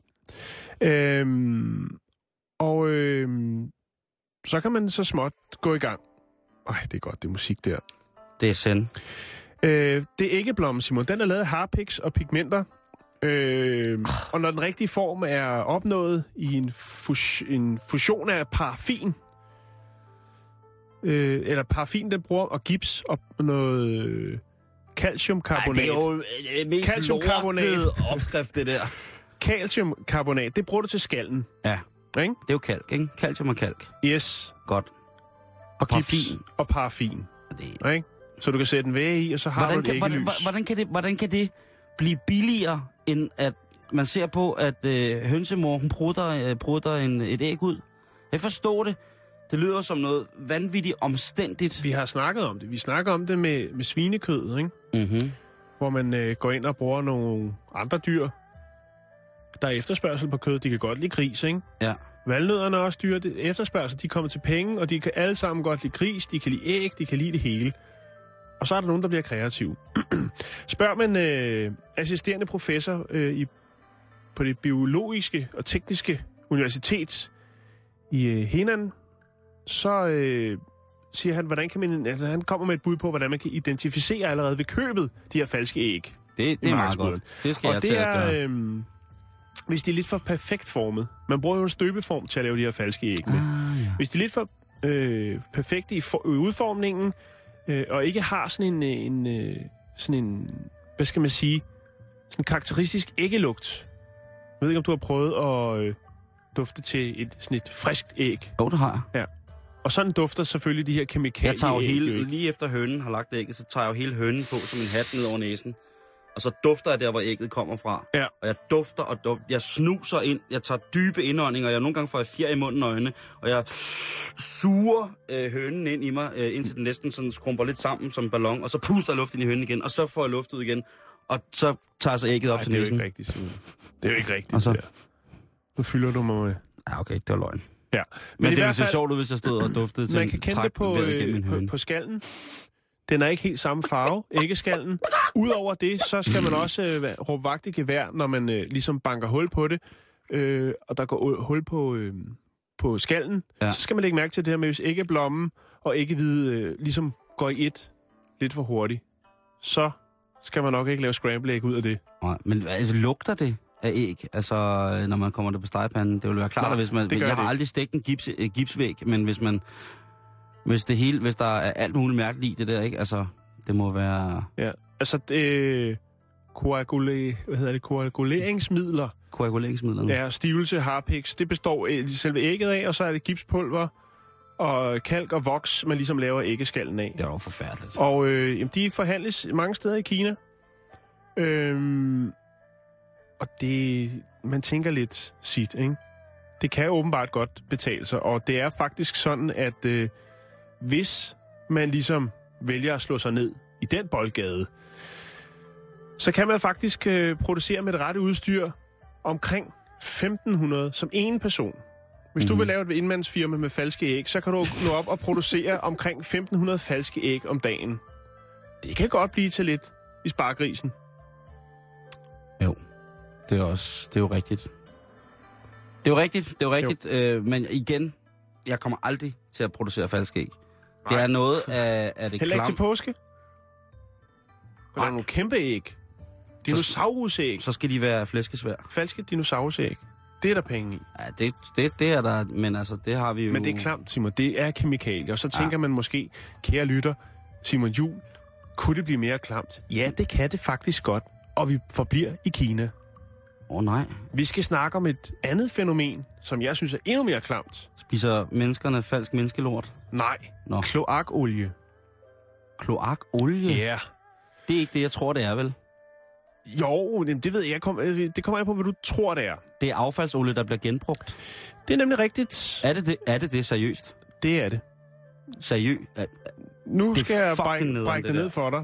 Så kan man så småt gå i gang. Det er godt, det er musik der. Det er send. Det er æggeblommen, Simon. Den er lavet af harpiks og pigmenter. Og når den rigtige form er opnået i en fusion af paraffin, eller paraffin, den bruger, og gips og noget calciumkarbonat. Det er jo mest lortede opskrift, det der. Calciumkarbonat, det bruger du til skallen. Ja. Ikke? Det er jo kalk, ikke? Calcium og kalk. Yes. Godt. Og gips og paraffin. Det... Ikke? Så du kan sætte en væge i, og så har du et æggelys. Hvordan kan det blive billigere, end at man ser på, at hønsemor, hun prutter et æg ud? Jeg forstår det. Det lyder som noget vanvittigt omstændigt. Vi har snakket om det. Vi snakker om det med svinekødet, ikke? Mm-hmm. Hvor man går ind og bruger nogle andre dyr. Der er efterspørgsel på kød. De kan godt lide gris, ikke? Ja. Valnødderne er også dyr. Efterspørgsel, de kommer til penge, og de kan alle sammen godt lide gris, de kan lide æg, de kan lide det hele. Og så er der nogen, der bliver kreative. Spørger man assisterende professor på det biologiske og tekniske universitet i Henan, så siger han, hvordan kan man, altså han kommer med et bud på, hvordan man kan identificere allerede ved købet de her falske æg. Det er meget godt. Det skal jeg til at gøre. Hvis de er lidt for perfekt formet. Man bruger jo en støbeform til at lave de her falske æg med. Ja. Hvis de er lidt for perfekte i udformningen, og ikke har sådan en, hvad skal man sige, sådan en karakteristisk æggelugt. Jeg ved ikke, om du har prøvet at dufte til sådan et friskt æg. Jo, det har jeg. Ja. Og sådan dufter selvfølgelig de her kemikalier. Jeg tager jo lige efter hønen har lagt ægget, så tager jeg jo hele hønen på som en hat ned over næsen. Og så dufter jeg der, hvor ægget kommer fra. Ja. Og jeg dufter og dufter. Jeg snuser ind. Jeg tager dybe indåndinger. Jeg nogle gange får jeg fjer i munden og øjne. Og jeg suger hønen ind i mig, indtil den næsten sådan skrumper lidt sammen som en ballon. Og så puster jeg luft ind i hønen igen. Og så får jeg luft ud igen. Og så tager jeg så ægget op til næsen. Det er jo ikke rigtigt. Det er jo ikke rigtigt. Og så... Nu fylder du mig med. Ja, okay. Det var løgn. Ja. Men det ville se sjovt ud, hvis jeg stod og duftede til man kan kende det på skallen. Den er ikke helt samme farve, æggeskallen. Udover det, så skal man også råbe vagt i gevær, når man ligesom banker hul på det, og der går hul på skallen. Ja. Så skal man lægge mærke til det her med, hvis æggeblommen og æggehvide ligesom går i et lidt for hurtigt, så skal man nok ikke lave scramble-æg ud af det. Nej, men lugter det af æg, altså når man kommer det på stegepanden? Det vil være klart, at hvis man... Jeg har aldrig stegt en gipsvæg, men hvis der er alt muligt mærkeligt i det der, ikke? Altså, det må være... Ja, altså koaguleringsmidler. Koaguleringsmidlerne. Ja, stivelse, harpiks, det består selve ægget af, og så er det gipspulver og kalk og voks, man ligesom laver æggeskallen af. Det er jo forfærdeligt. Og de forhandles mange steder i Kina. Og det, man tænker lidt sit, ikke? Det kan åbenbart godt betale sig, og det er faktisk sådan, at hvis man ligesom vælger at slå sig ned i den boldgade, så kan man faktisk producere med det rette udstyr omkring 1.500 som en person. Hvis du vil lave et indmandsfirma med falske æg, så kan du nå op og producere omkring 1.500 falske æg om dagen. Det kan godt blive til lidt i sparegrisen. Jo, det er jo rigtigt. Det er jo rigtigt, men igen, Jeg kommer aldrig til at producere falske æg. Det er noget af det Heller ikke til klam. påske? Der er nogle kæmpe æg. Dinosaurusæg. Så skal de være flæskesvær. Falske dinosaurusæg. Det er der penge i. Ja, det er der, men altså, det har vi jo... Men det er klamt, Simon. Det er kemikalier. Og så tænker man måske, kære lytter, Simon Juhl, kunne det blive mere klamt? Ja, det kan det faktisk godt. Og vi forbliver i Kina. Nej. Vi skal snakke om et andet fænomen, som jeg synes er endnu mere klamt. Spiser menneskerne falsk menneskelort? Nej. Nå. Kloakolie. Kloakolie? Ja. Yeah. Det er ikke det, jeg tror, det er, vel? Jo, det ved jeg. Det kommer an på, hvad du tror, det er. Det er affaldsolie, der bliver genbrugt. Det er nemlig rigtigt. Er det seriøst? Det er det. Seriøst? Nu det skal jeg fucking brække det ned for dig.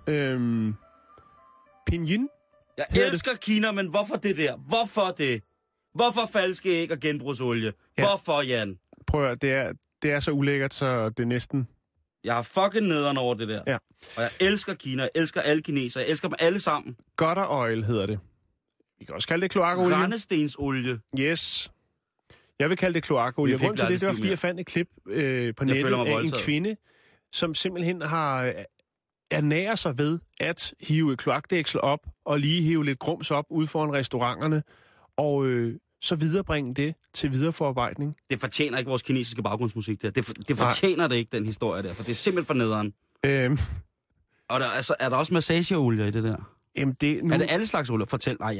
Pinyin. Jeg elsker Kina, men hvorfor det der? Hvorfor det? Hvorfor falske æg og genbrugsolie? Ja. Hvorfor, Jan? Prøv at høre, det er så ulækkert, så det er næsten... Jeg har fucking nederen over det der. Ja. Og jeg elsker Kina, jeg elsker alle kinesere, jeg elsker dem alle sammen. Gutter oil hedder det. Vi kan også kalde det kloakolie. Randstensolie. Yes. Jeg vil kalde det kloakolie. Grunden til det var, fordi jeg fandt et klip på nettet af en kvinde, som simpelthen har ernærer sig ved at hive kloakdæksel op og lige hive lidt grums op ude foran restauranterne, og så viderebringe det til videreforarbejdning. Det fortjener ikke vores kinesiske baggrundsmusik der. Det fortjener det ikke, den historie der, for det er simpelthen for nederen. Og er der også massageolie i det der? Jamen er det alle slags olie? Fortæl. Nej,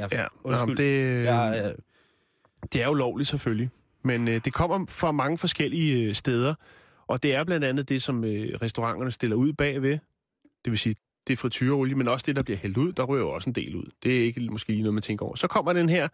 det er ulovligt selvfølgelig. Men det kommer fra mange forskellige steder, og det er blandt andet det, som restauranterne stiller ud bagved. Det vil sige, det er frityreolie, men også det, der bliver hældt ud, der rører også en del ud. Det er ikke måske lige noget, man tænker over. Så kommer den her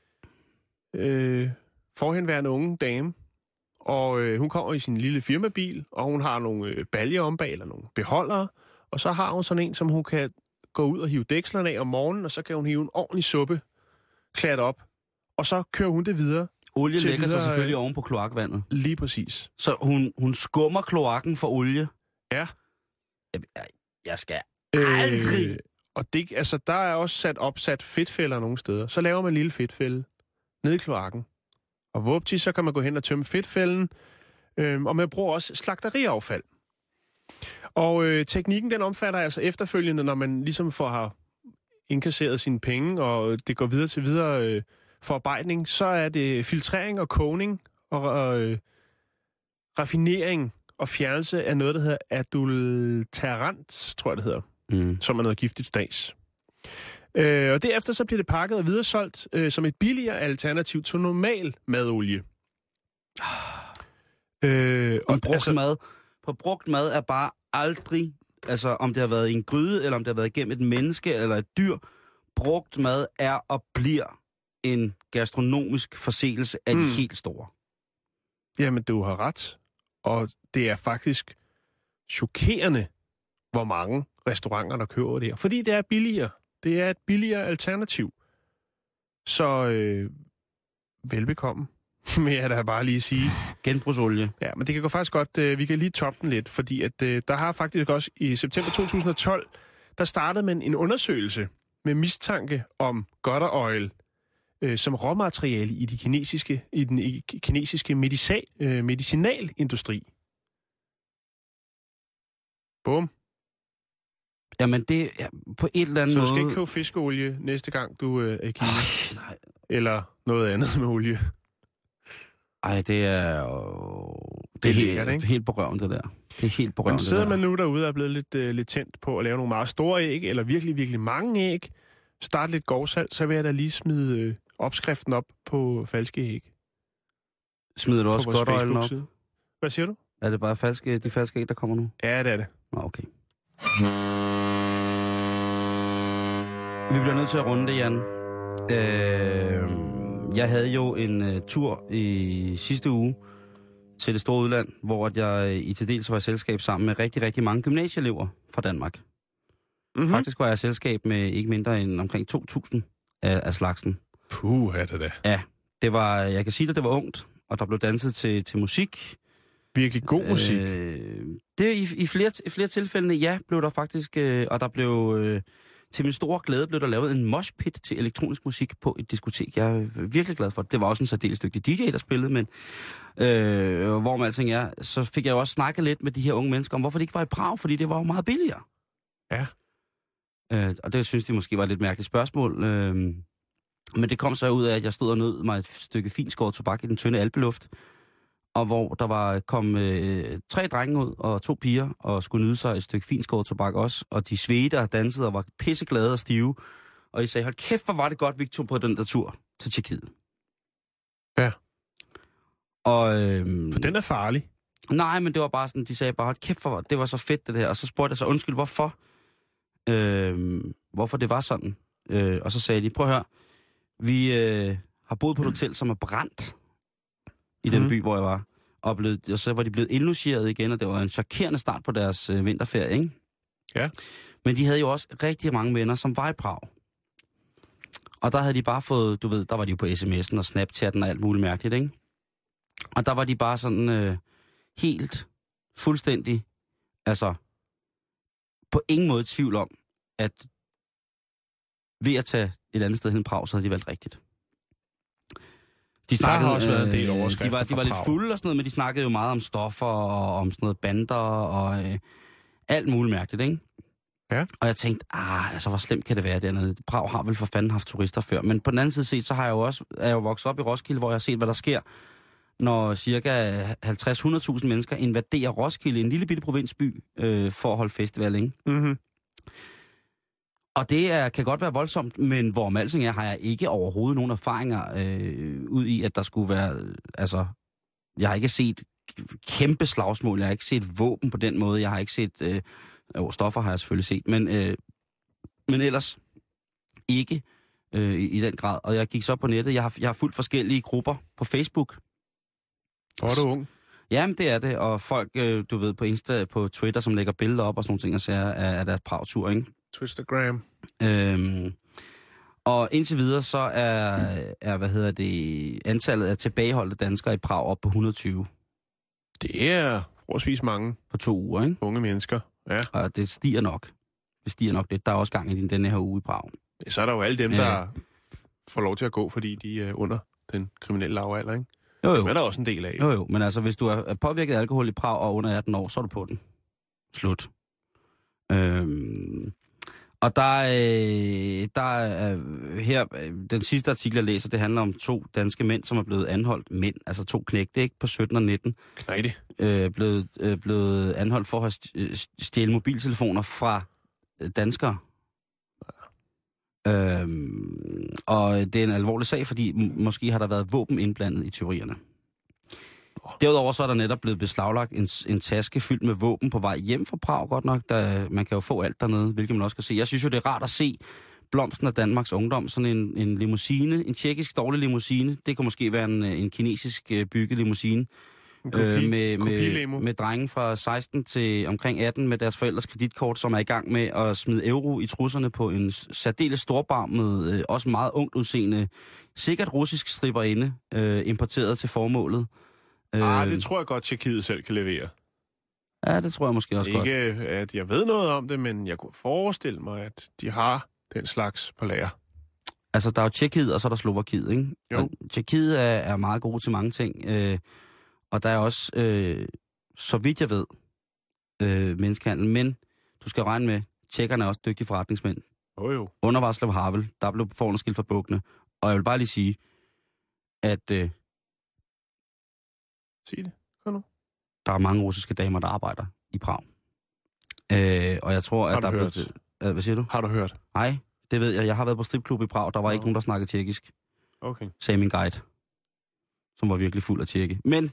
forhenværende unge dame, og hun kommer i sin lille firmabil, og hun har nogle baljer om bag, eller nogle beholdere, og så har hun sådan en, som hun kan gå ud og hive dækslerne af om morgenen, og så kan hun hive en ordentlig suppe klat op, og så kører hun det videre. Olie lægger sig selvfølgelig oven på kloakvandet. Lige præcis. Så hun skummer kloakken for olie? Ja. Jeg skal aldrig... Og det, altså, der er også opsat fedtfælder nogle steder. Så laver man en lille fedtfælde ned i kloakken. Og vupti, så kan man gå hen og tømme fedtfælden. Og man bruger også slagteriaffald. Og teknikken, den omfatter altså efterfølgende, når man ligesom har indkasseret sine penge, og det går videre til videre forarbejdning, så er det filtrering og kogning og raffinering og fjernelse af noget, der hedder adulterant, tror jeg, det hedder, som er noget giftigt stads. Og derefter så bliver det pakket og videresolgt som et billigere alternativ til normal madolie. Brugt mad er bare aldrig, altså om det har været i en gryde, eller om det har været igennem et menneske eller et dyr, brugt mad er og bliver en gastronomisk forseelse af de helt store. Jamen, du har ret. Og det er faktisk chokerende, hvor mange restauranter, der køber det her. Fordi det er billigere. Det er et billigere alternativ. Så velbekomme, vil jeg da bare lige sige. Genbrugsolie. Ja, men det kan gå faktisk godt, vi kan lige toppe den lidt, fordi at, der har faktisk også i september 2012, der startede man en undersøgelse med mistanke om gutter oil som råmateriale i den kinesiske medicinalindustri. Bum. Jamen det er på et eller andet måde... Så du skal ikke købe fiskeolie næste gang, du er i Kina? Nej. Eller noget andet med olie? Ej, det er helt på røven, det der. Det er helt på røven, men sidder man nu derude og er blevet lidt tændt på at lave nogle meget store æg, eller virkelig, virkelig mange æg, starte lidt gårdsalg, så vil jeg da lige smide opskriften op på falske æg. Smider du også godt øjlen op? Hvad siger du? Er det bare de falske æg, der kommer nu? Ja, det er det. Nå, okay. Vi bliver nødt til at runde det, Jan. Jeg havde jo en tur i sidste uge til det store udland, hvor jeg i til dels var i selskab sammen med rigtig, rigtig mange gymnasieelever fra Danmark. Mm-hmm. Faktisk var jeg i selskab med ikke mindre end omkring 2.000 af slagsen. Puh, er det da. Ja, det var, jeg kan sige, at det var ungt, og der blev danset til musik. Virkelig god musik. Det i flere tilfælde, ja, blev der faktisk, og der blev til min store glæde blev der lavet en moshpit til elektronisk musik på et diskotek. Jeg er virkelig glad for det. Det var også en særdeles dygtig DJ, der spillede, men hvor man alting er, så fik jeg jo også snakket lidt med de her unge mennesker om, hvorfor de ikke var i Prag, fordi det var jo meget billigere. Ja. Og det synes de måske var et lidt mærkeligt spørgsmål. Men det kom så ud af, at jeg stod og nød mig et stykke finskåret tobak i den tynde alpeluft, og hvor der kom 3 drenge ud og 2 piger, og skulle nyde sig et stykke finskåret tobak også, og de svedte og dansede og var pisseglade og stive, og I sagde, hold kæft, hvor var det godt, vi tog på den der tur til Tjekkiet. Ja. Og, for den er farlig. Nej, men det var bare sådan, de sagde bare, hold kæft, det var så fedt det her, og så spurgte jeg så, undskyld, hvorfor det var sådan. Og så sagde de, prøv at høre, vi har boet på et hotel, som er brændt i den by, hvor jeg var. Og så var de blevet indlogeret igen, og det var en chokerende start på deres vinterferie, ikke? Ja. Men de havde jo også rigtig mange venner, som var i Prag. Og der havde de bare fået, du ved, der var de jo på sms'en og Snapchatten og alt muligt mærkeligt, ikke? Og der var de bare sådan helt fuldstændig, altså på ingen måde tvivl om, at ved at tage et andet sted hen i Prag, så havde de valgt rigtigt. De snakkede, der har også været en del overskrifter de var lidt fulde og sådan noget, men de snakkede jo meget om stoffer og om sådan noget bander og alt muligt mærkeligt, ikke? Ja. Og jeg tænkte, altså hvor slemt kan det være dernede? Prag har vel for fanden haft turister før. Men på den anden side set, så har jeg jo også, er jeg jo vokset op i Roskilde, hvor jeg har set, hvad der sker, når cirka 50-100.000 mennesker invaderer Roskilde, en lille bitte provinsby, for at holde festival, ikke? Mhm. Og det kan godt være voldsomt, men hvor om alting er, har jeg ikke overhovedet nogen erfaringer ud i, at der skulle være, altså, jeg har ikke set kæmpe slagsmål, jeg har ikke set våben på den måde, jeg har ikke set, stoffer har jeg selvfølgelig set, men ellers ikke i den grad. Og jeg gik så på nettet, jeg har fulgt forskellige grupper på Facebook. Hvor er du ung? Jamen, det er det, og folk, du ved, på Insta, på Twitter, som lægger billeder op og sådan nogle ting, og ser, af deres Prag-tur, ikke? Twittergram. Og indtil videre, så er antallet af tilbageholdte danskere i Prag op på 120. Det er forholdsvis mange. På 2 uger, ikke? Unge mennesker, ja. Og det stiger nok. Det stiger nok lidt. Der er også gang i den her uge i Prag. Så er der jo alle dem, der får lov til at gå, fordi de er under den kriminelle lavalder, ikke? Jo. Det er der også en del af. Jo, men altså, hvis du er påvirket af alkohol i Prag og under 18 år, så er du på den. Slut. Og der er her, den sidste artikel, jeg læser, det handler om 2 danske mænd, som er blevet anholdt. Mænd, altså 2 knægte, ikke? På 17 og 19. Knejde. Blevet anholdt for at stjæle mobiltelefoner fra danskere. Og det er en alvorlig sag, fordi måske har der været våben indblandet i tyverierne. Derudover så er der netop blevet beslaglagt en taske fyldt med våben på vej hjem fra Prag, godt nok. Man kan jo få alt dernede, hvilket man også kan se. Jeg synes jo, det er rart at se blomsten af Danmarks ungdom. Sådan en limousine, en tjekkisk dårlig limousine. Det kunne måske være en kinesisk bygget limousine. Med drenge fra 16 til omkring 18 med deres forældres kreditkort, som er i gang med at smide euro i trusserne på en særdeles storbarmet, også meget ungt udseende, sikkert russisk stripperinde, importeret til formålet. Det tror jeg godt, Tjekkiet selv kan levere. Ja, det tror jeg måske også godt. Ikke, at jeg ved noget om det, men jeg kunne forestille mig, at de har den slags på lager. Altså, der er jo Tjekkiet, og så er der Slovakiet, ikke? Jo. Tjekkiet er meget gode til mange ting, og der er også, så vidt jeg ved, menneskehandel, men du skal regne med, tjekkerne er også dygtige forretningsmænd. Jo. Under Václav Havel, der blev forunderskilt for bukkene, og jeg vil bare lige sige, at sig det. Kom nu. Der er mange russiske damer, der arbejder i Prag. Og jeg tror, at der er blevet... Hvad siger du? Har du hørt? Nej, det ved jeg. Jeg har været på stripklub i Prag. Der var ikke nogen, der snakkede tjekkisk. Okay. Sagde min guide, som var virkelig fuld af tjekke. Men,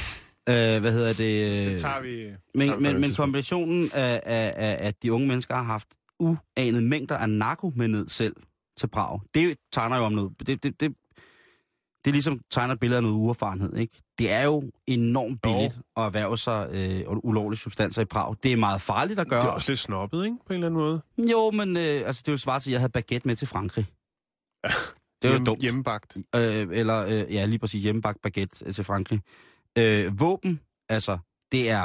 Det tager vi... Men kombinationen af, at de unge mennesker har haft uanede mængder af narko med ned selv til Prag, det tegner jo om noget... Det ligesom tegner et billede af noget uerfarenhed, ikke? Det er jo enormt billigt at erhverve sig ulovlige substanser i Prag. Det er meget farligt at gøre. Det er også lidt snobbet, ikke? På en eller anden måde. Jo, men det er jo svært til, at jeg havde baguette med til Frankrig. Ja. Det er jo dumt. Hjemmebagt. Lige præcis hjemmebagt baguette til Frankrig. Våben, altså, det er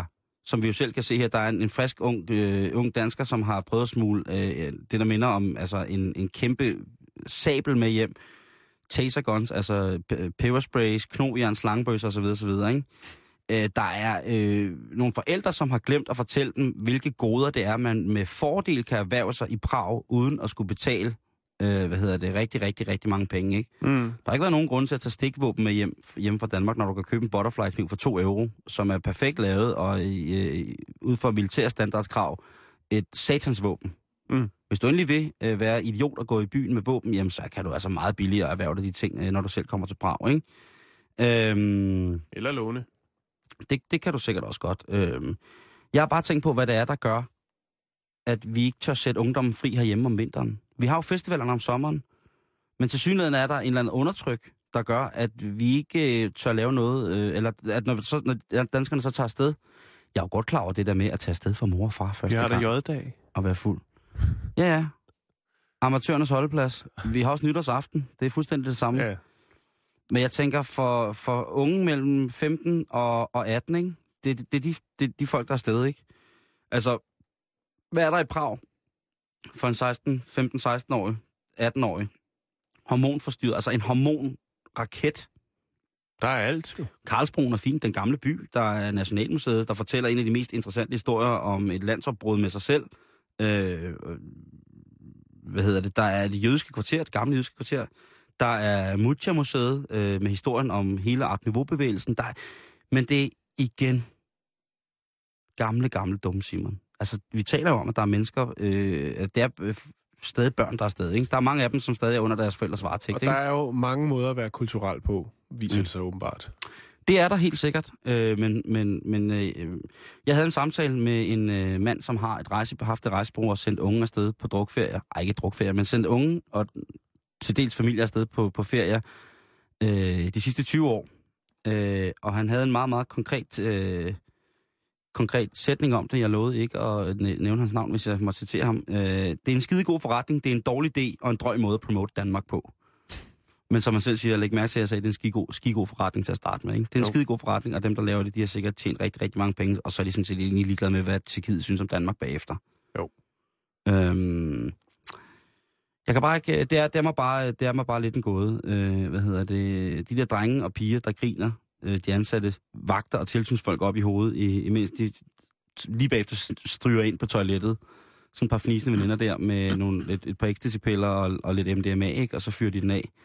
som vi jo selv kan se her, der er en frisk ung dansker, som har prøvet at smule det, der minder om altså en kæmpe sabel med hjem. Taser guns, altså pebersprays, knogjern, slangebøsser osv. osv. Ikke? Der er nogle forældre, som har glemt at fortælle dem, hvilke goder det er, man med fordel kan erhverve sig i Prag, uden at skulle betale rigtig mange penge, ikke? Der har ikke været nogen grund til at tage stikvåben med hjem fra Danmark, når du kan købe en butterfly-kniv for 2 euro, som er perfekt lavet og ud fra militære standardskrav et satansvåben. Hvis du endelig vil være idiot og gå i byen med våben, jamen så kan du altså meget billigere erhverve dig de ting, når du selv kommer til Prag, ikke? Eller låne. Det kan du sikkert også godt. Jeg har bare tænkt på, hvad det er, der gør, at vi ikke tør sætte ungdommen fri herhjemme om vinteren. Vi har jo festivalerne om sommeren, men til synligheden er der en eller anden undertryk, der gør, at vi ikke tør lave noget, eller at når danskerne så tager afsted. Jeg er jo godt klar over det der med at tage afsted for mor og far første gang. Vi har da J-dag. Og være fuld. Ja. Amatørernes holdeplads. Vi har også nytårsaften. Det er fuldstændig det samme. Ja. Men jeg tænker, for unge mellem 15 og 18, ikke? Det er de folk, der er afsted, ikke? Altså, hvad er der i Prag for en 15-16-årig, 18-årig? Hormonforstyrret, altså en hormonraket. Der er alt. Karlsbroen er fint, den gamle by, der er Nationalmuseet, der fortæller en af de mest interessante historier om et landsopbrud med sig selv. Der er det jødiske kvarter, det gamle jødiske kvarter. Der er Mucha-museet med historien om hele Art Nouveau-bevægelsen. Men det er igen gamle dumme Simon. Altså, vi taler jo om, at der er mennesker, det er stadig børn, der er stadig, ikke? Der er mange af dem, som stadig er under deres forældres varetægt. Og der er jo mange måder at være kulturel på, viser det sig åbenbart. Det er der helt sikkert, men jeg havde en samtale med en mand, som har haft et rejsebureau og sendt unge afsted på drukferier. Ej, ikke drukferier, men sendt unge og til dels familie afsted på ferier de sidste 20 år. Og han havde en meget, meget konkret sætning om det. Jeg lovede ikke at nævne hans navn, hvis jeg må citere ham. Det er en skide god forretning, det er en dårlig idé og en drøg måde at promote Danmark på. Men som man selv siger, læg mærke til, at jeg sagde, det er en skide god forretning til at starte med. Ikke? Det er en skide god forretning, og dem, der laver det, de har sikkert tjent rigtig, rigtig mange penge, og så er de sådan set egentlig ligeglade med, hvad Tjekkiet synes om Danmark bagefter. Jo. Jeg kan bare ikke, det er mig bare lidt en gåde. De der drenge og piger, der griner, de ansatte vagter og tilsynsfolk op i hovedet, imens de lige bagefter stryger ind på toilettet. Sådan et par fnisende veninder der med et par ecstasy-piller og lidt MDMA, ikke? Og så fyrer de den af.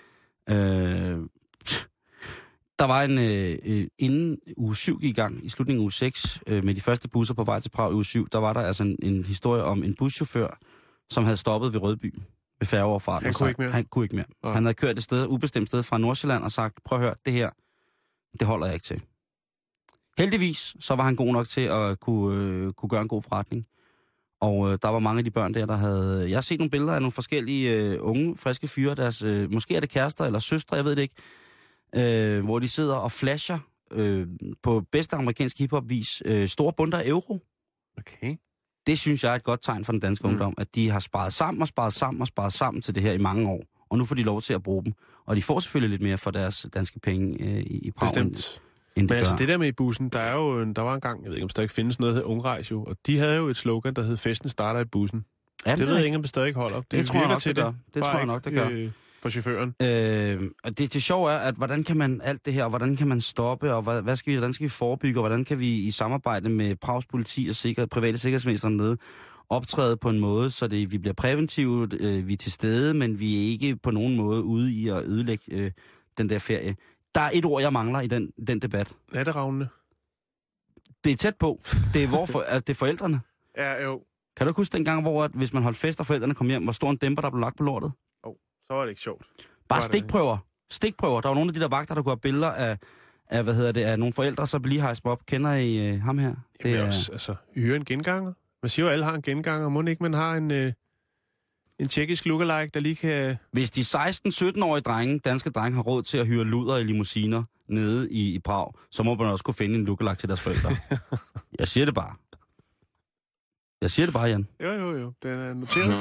Der var inden uge 7 gik i gang, i slutningen af uge 6, med de første busser på vej til Prag i uge 7, der var der altså en historie om en buschauffør, som havde stoppet ved Rødby ved færgeoverfarten. Han kunne ikke mere. Ja. Han havde kørt et ubestemt sted fra Nordsjælland og sagt, prøv at høre, det her, det holder jeg ikke til. Heldigvis, så var han god nok til at kunne gøre en god forretning. Og der var mange af de børn der havde... Jeg har set nogle billeder af nogle forskellige unge, friske fyre, deres... måske er det kærester eller søstre, jeg ved det ikke. Hvor de sidder og flasher på bedste amerikansk hiphop-vis store bundter af euro. Okay. Det synes jeg er et godt tegn for den danske ungdom, at de har sparet sammen til det her i mange år. Og nu får de lov til at bruge dem. Og de får selvfølgelig lidt mere for deres danske penge i Prag. Bestemt. Men altså det der med i bussen, der var en gang, jeg ved ikke om der ikke findes noget, der hedder Ungrejs jo, og de havde jo et slogan, der hed Festen starter i bussen. Ja, det ved jeg ikke, om det stadig holder op. Det tror jeg nok, det gør. Det tror jeg nok, det gør. For chaufføren. Og det sjove er, at hvordan kan man alt det her, og hvordan kan man stoppe, og hvordan skal vi forebygge, og hvordan kan vi i samarbejde med Prags politi og private sikkerhedsvæsener nede optræde på en måde, så vi bliver præventivt, vi er til stede, men vi er ikke på nogen måde ude i at ødelægge den der ferie. Der er et ord, jeg mangler i den debat. Natteravnene. Det er tæt på. Det er det er forældrene. Ja, jo. Kan du ikke huske dengang, hvor hvis man holdt fest, og forældrene kom hjem, hvor stor en dæmper, der blev lagt på lortet? Så var det ikke sjovt. Bare stikprøver. Stikprøver. Der var nogle af de der vagter, der kunne have billeder af nogle forældre, så lige hejst op. Kender I ham her? Det er også, altså, hyre en genganger. Man siger jo, at alle har en genganger. Må ikke man har en tjekkisk lookalike, der lige kan... Hvis de 16-17-årige danske drenge, har råd til at hyre luder i limousiner nede i Prag, så må man også kunne finde en lookalike til deres forældre. Jeg siger det bare, Jan. Jo. Den er noteret.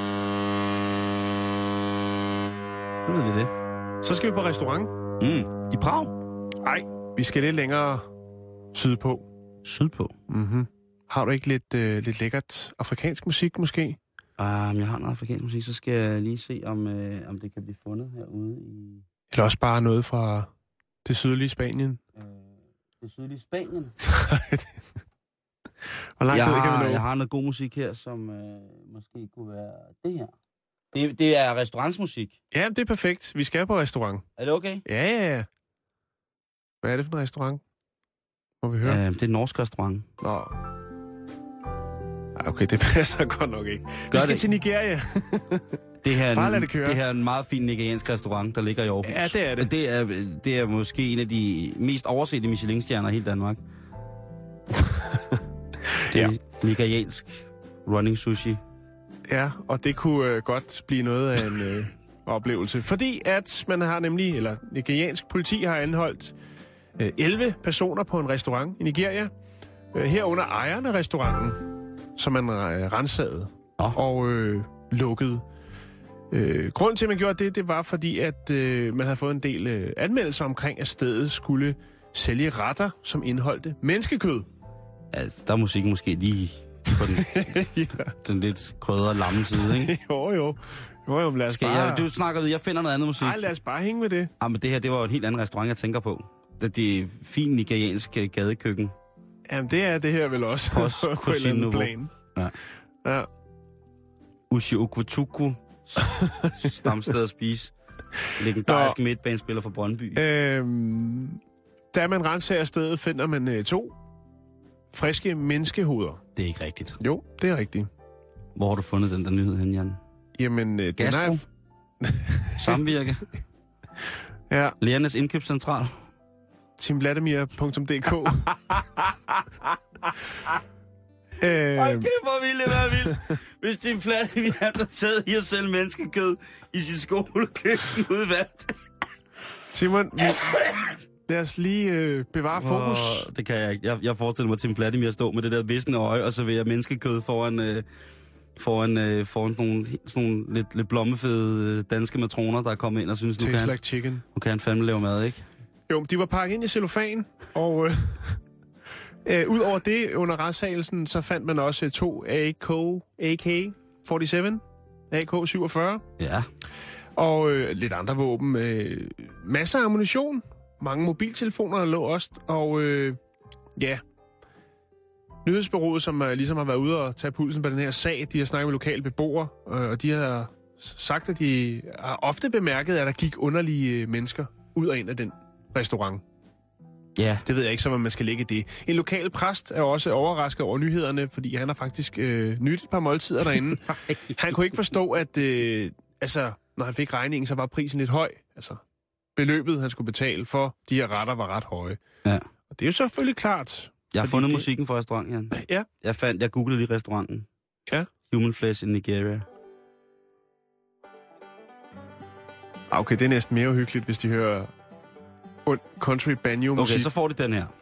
Så ved vi det. Så skal vi på restaurant. I Prag? Nej, vi skal lidt længere sydpå. Sydpå? Mhm. Har du ikke lidt lækkert afrikansk musik, måske? Jeg har noget afrikansk musik, så skal jeg lige se, om det kan blive fundet herude i... Eller også bare noget fra det sydlige Spanien? Det sydlige Spanien? Hvor langt ned kan vi nå? Jeg har noget god musik her, som måske kunne være det her. Det er restaurantsmusik. Ja, det er perfekt. Vi skal på restaurant. Er det okay? Ja. Hvad er det for en restaurant? Må vi høre? Det er en norsk restaurant. Nå. Okay, det passer godt nok ikke. Vi skal til Nigeria. Det her, bare lad det køre. Det her er en meget fin nigeriansk restaurant, der ligger i Aarhus. Ja, det er det. Det er måske en af de mest oversete Michelin-stjerner i hele Danmark. Det er nigeriansk running sushi. Ja, og det kunne godt blive noget af en oplevelse. Fordi at man har nemlig, eller nigeriansk politi har anholdt 11 personer på en restaurant i Nigeria. Herunder ejeren af restauranten, som man rensagede og lukkede. Grunden til, at man gjorde det var fordi, at man havde fået en del anmeldelser omkring, at stedet skulle sælge retter, som indeholdte menneskekød. Ja, der er musikken måske lige på den lidt krydrede lamme side, ikke? Jo, lad os bare... Du snakker ved, jeg finder noget andet musik. Nej, lad os bare hænge med det. Men det her, det var jo en helt anden restaurant, jeg tænker på. Det er fin nigeriansk gadekøkken. Jamen, det er det her vel også. På en eller anden plan. Ja. Ushi Okwotuku. Stamsted at spise. Legendarisk midtbanespiller fra Brøndby. Da man renser stedet, finder man 2 friske menneskehoveder. Det er ikke rigtigt. Jo, det er rigtigt. Hvor har du fundet den der nyhed hen, Jan? Jamen, den Gastro? Samvirke? Ja. Lærernes indkøbscentral? teamvladimir.dk Okay, hvor ville det være vildt, hvis Team Vladimir havde taget i at sælge menneskekød i sit skolekøkken udvalgt. Simon, lad os lige bevare fokus. Det kan jeg ikke. Jeg forestiller mig, at Team Vladimir stå med det der visne øje og serverer menneskekød foran nogle lidt blommefede danske matroner, der er kommet ind og synes, nu kan han fandme lave mad, ikke? Jo, de var pakket ind i cellofan, og udover det, under retssagelsen, så fandt man også 2 AK-47, AK-47. Ja. Og lidt andre våben. Masser af ammunition. Mange mobiltelefoner, der lå også. Og nyhedsbureauet, som ligesom har været ude og tage pulsen på den her sag, de har snakket med lokale beboere, og de har sagt, at de har ofte bemærket, at der gik underlige mennesker ud og ind af den restaurant. Ja. Det ved jeg ikke så, hvordan man skal lægge det. En lokal præst er også overrasket over nyhederne, fordi han har faktisk nydt et par måltider derinde. Han kunne ikke forstå, at når han fik regningen, så var prisen lidt høj. Altså, beløbet, han skulle betale for de her retter, var ret høje. Ja. Og det er jo selvfølgelig klart. Jeg har fundet musikken for restauranten, Jan. Ja. Jeg googlede lige restauranten. Ja. Human Flesh in Nigeria. Okay, det er næsten mere uhyggeligt, hvis de hører country banjo-musik. Okay, så får de den her.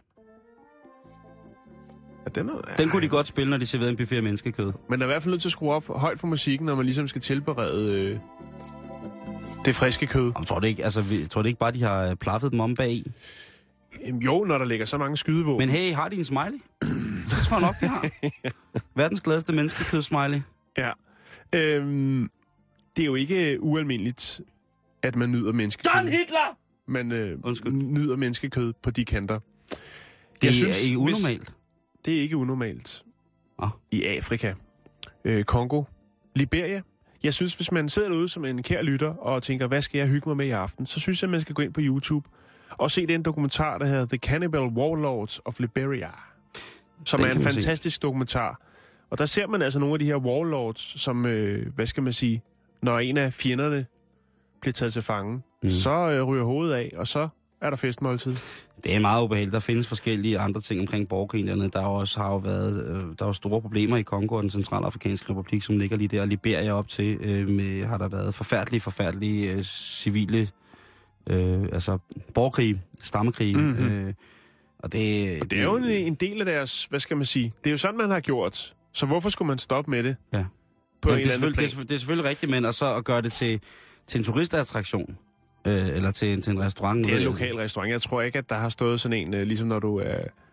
Ja, den kunne de godt spille, når de serverede en buffet af menneskekød. Men der er i hvert fald nødt til at skrue op højt for musikken, når man ligesom skal tilberede det friske kød. Jeg tror det ikke bare, de har plaffet dem om bag i? Jo, når der ligger så mange skydevåben. Men hey, har de en smiley? Det tror jeg nok, de har. Verdens gladeste menneskekød-smiley. Ja. Det er jo ikke ualmindeligt, at man nyder menneskekød. John Hitler! Man nyder menneskekød på de kanter. Det er ikke unormalt. Det er ikke unormalt. I Afrika. Kongo. Liberia. Jeg synes, hvis man sidder derude som en kær lytter og tænker, hvad skal jeg hygge mig med i aften, så synes jeg, at man skal gå ind på YouTube og se den dokumentar, der hedder The Cannibal Warlords of Liberia, som er en fantastisk dokumentar. Og der ser man altså nogle af de her warlords, som, når en af fjenderne bliver taget til fange, så ryger hovedet af, og så er der festmåltid. Det er meget ubehageligt. Der findes forskellige andre ting omkring borgerkrigerne. Der har jo været store problemer i Kongo og den centralafrikanske republik, som ligger lige der, og Liberia op til, har der været forfærdelige civile, borgerkrig, stammekrig. Og det er jo en del af deres, det er jo sådan, man har gjort. Så hvorfor skulle man stoppe med det? Ja. På en eller anden plan? Det er selvfølgelig rigtigt, men at gøre det til en turistattraktion. Eller til en restaurant. Det er en lokal restaurant. Jeg tror ikke, at der har stået sådan en, ligesom når du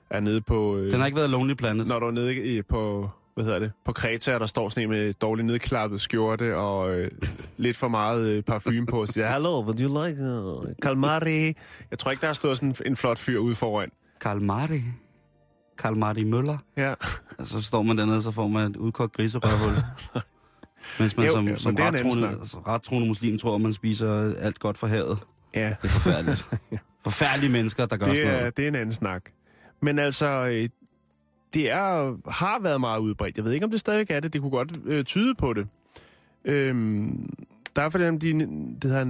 er nede på... Den har ikke været Lonely Planet. Når du er nede på... på Kreta, og der står sådan en med dårligt nedklappet skjorte og lidt for meget parfume på, og siger, hello, would you like calamari? Jeg tror ikke, der har stået sådan en flot fyr ude foran. Calamari Møller. Ja. Og så står man dernede, så får man et udkogt griserøvhul. Mens man som rettroende muslim tror, man spiser alt godt for havet. Ja. Det er forfærdeligt. Forfærdelige mennesker, der gør sådan noget. Det er en anden snak. Men altså... Det har været meget udbredt. Jeg ved ikke, om det stadig er det. Det kunne godt tyde på det. Der er for dem, det hedder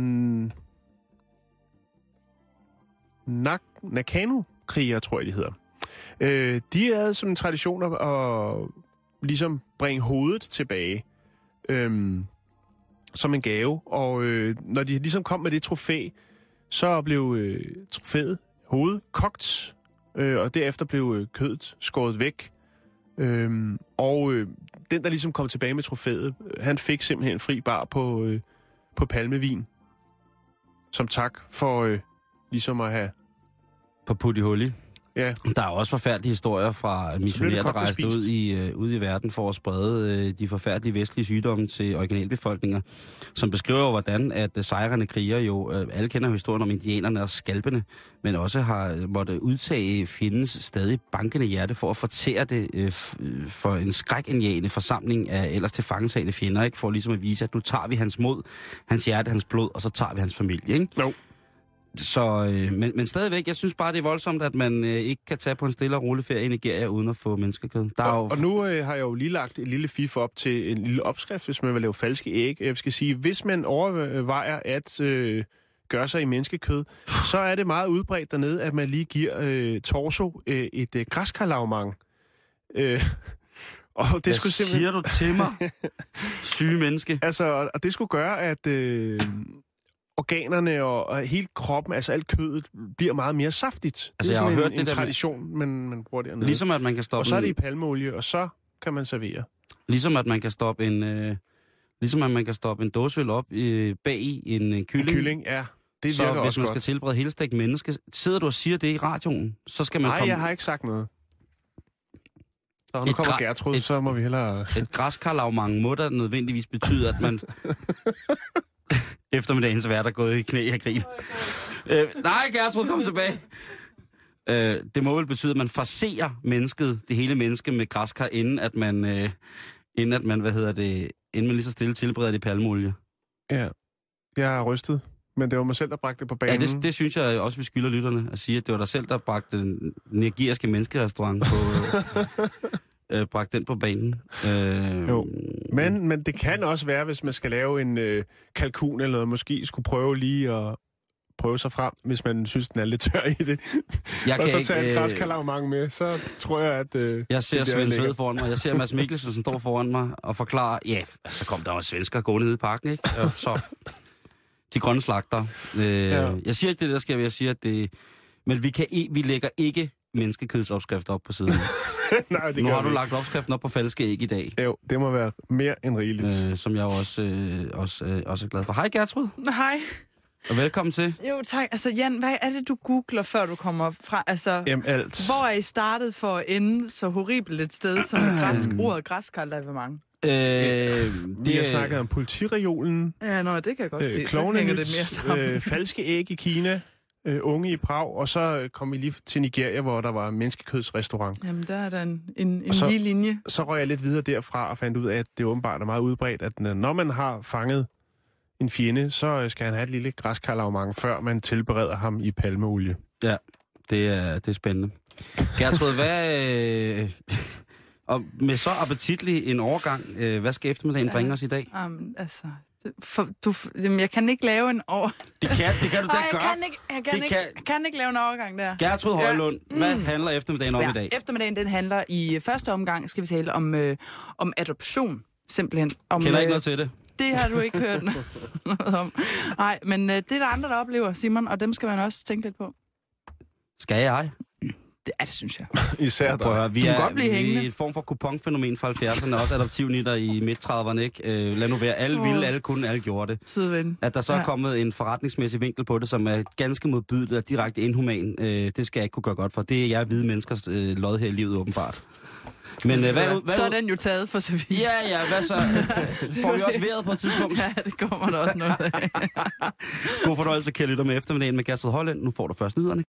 Nakano-kriger, tror jeg, de hedder. De er som en tradition at ligesom bringe hovedet tilbage som en gave. Og når de ligesom kom med det trofæ, så blev trofæet hovedet kogt, og derefter blev kødet skåret væk. Den, der ligesom kom tilbage med trofæet, han fik simpelthen en fri bar på palmevin. Som tak for ligesom at have... På put i hul i. Ja. Der er også forfærdelige historier fra missionærer, der rejste ud i verden for at sprede de forfærdelige vestlige sygdomme til originalbefolkninger, som beskriver, hvordan at sejrende krigere jo, alle kender historien om indianerne og skalpene, men også har måttet udtage fjendens stadig bankende hjerte for at fortære det for en skrækindjagende forsamling af ellers tilfangetagende fjender, ikke? For ligesom at vise, at nu tager vi hans mod, hans hjerte, hans blod, og så tager vi hans familie, ikke? No. Så, men stadigvæk, jeg synes bare, det er voldsomt, at man ikke kan tage på en stille og rolig ferie i Nigeria uden at få menneskekød. Og nu har jeg jo lige lagt et lille fif op til en lille opskrift, hvis man vil lave falske æg. Jeg skal sige, hvis man overvejer at gøre sig i menneskekød, så er det meget udbredt dernede, at man lige giver torso et græskarlavmang. Og det skulle siger du til mig, syge menneske? Altså, og det skulle gøre, at... organerne og hele kroppen, altså alt kødet, bliver meget mere saftigt. Altså, det er jeg har hørt en tradition, man bruger dernede. Ligesom at man kan stoppe... Og så er det i palmeolie, og så kan man servere. Ligesom at man kan stoppe en dåseøl op bag i en kylling. En kylling, ja. Det så virker hvis også man godt. skal tilberede helstegt menneske, sidder du og siger det i radioen, så skal man Nej, jeg har ikke sagt noget. Så nu kommer Gertrud, så må vi hellere... Et græskarlavmang må da nødvendigvis betyde, at man... Eftermiddagens vært er gået i knæ af grin. Nej, Gertrud, kom tilbage. Det må vel betyde, at man farserer mennesket, det hele menneske med græskar, inden man lige så stille tilbereder det i palmeolie. Ja, jeg har rystet, men det var mig selv, der bragte det på banen. Ja, det synes jeg også, vi skylder lytterne at sige, at det var dig selv, der bragte den nigeriske menneskerestaurant på... bragte den på banen. Jo. Men det kan også være, hvis man skal lave en kalkun eller noget, måske skulle prøve lige at prøve sig frem, hvis man synes, den er lidt tør i det. Og så tage et græskarlavmang med, så tror jeg, at... jeg ser Svend Sved foran mig. Jeg ser Mads Mikkelsen, som står foran mig og forklarer, ja, så kom der også svensker gående nede i parken, ikke? Så de grønne slagter. Jeg siger ikke det, der sker, jeg siger, at det... Men vi lægger ikke menneskekødsopskrifter op på siden. Nej, det nu har du lagt opskriften op på falske æg i dag. Jo, det må være mere end rigeligt. Som jeg også er glad for. Hej Gertrud. Hej. Og velkommen til. Jo, tak. Altså Jan, hvad er det, du googler, før du kommer fra? Altså, alt. Hvor er I startet for at ende så horribelt et sted som ordet græskarlavmang? Vi har snakket om politireolen. Ja, det kan jeg godt se. Så hænger det mere sammen. Falske æg i Kina. Unge i Prag, og så kom vi lige til Nigeria, hvor der var en menneskekødsrestaurant. Jamen, der er der en lige linje. Så røg jeg lidt videre derfra og fandt ud af, at det åbenbart er meget udbredt, at når man har fanget en fjende, så skal han have et lille græskarlavmang, før man tilbereder ham i palmeolie. Ja, det er spændende. Gertrud, hvad... og med så appetitlig en overgang, hvad skal eftermiddagen bringe os i dag? Altså... jeg kan ikke lave en over... Det kan du da gøre. Jeg kan ikke lave en overgang der. Gertrud Højlund, hvad handler eftermiddagen om i dag? Eftermiddagen, den handler i første omgang, skal vi tale om adoption, simpelthen. Kender ikke noget til det? Det har du ikke hørt noget om. Nej, men det er der andre, der oplever, Simon, og dem skal man også tænke lidt på. Skal jeg? Det synes jeg. Især Prøv at dig. høre, vi Du kan er godt blive hængende. et form for kuponfænomen fra 70'erne, også adoptivnitter i midt-30'erne, ikke? Lad nu være, alle ville, alle kunne, alle gjorde det. Sideven. At der så er kommet en forretningsmæssig vinkel på det, som er ganske modbydeligt og direkte inhuman, det skal jeg ikke kunne gøre godt for. Det er jeg hvide menneskers lod her i livet, åbenbart. Men hvad Så er den jo taget for så vidt. Ja, hvad så? Får vi også vejret på et tidspunkt? Ja, det kommer der også noget af. God fornøjelse, kære lytter med eftermiddagen med Gertrud Holland. Nu får du først nyhederne.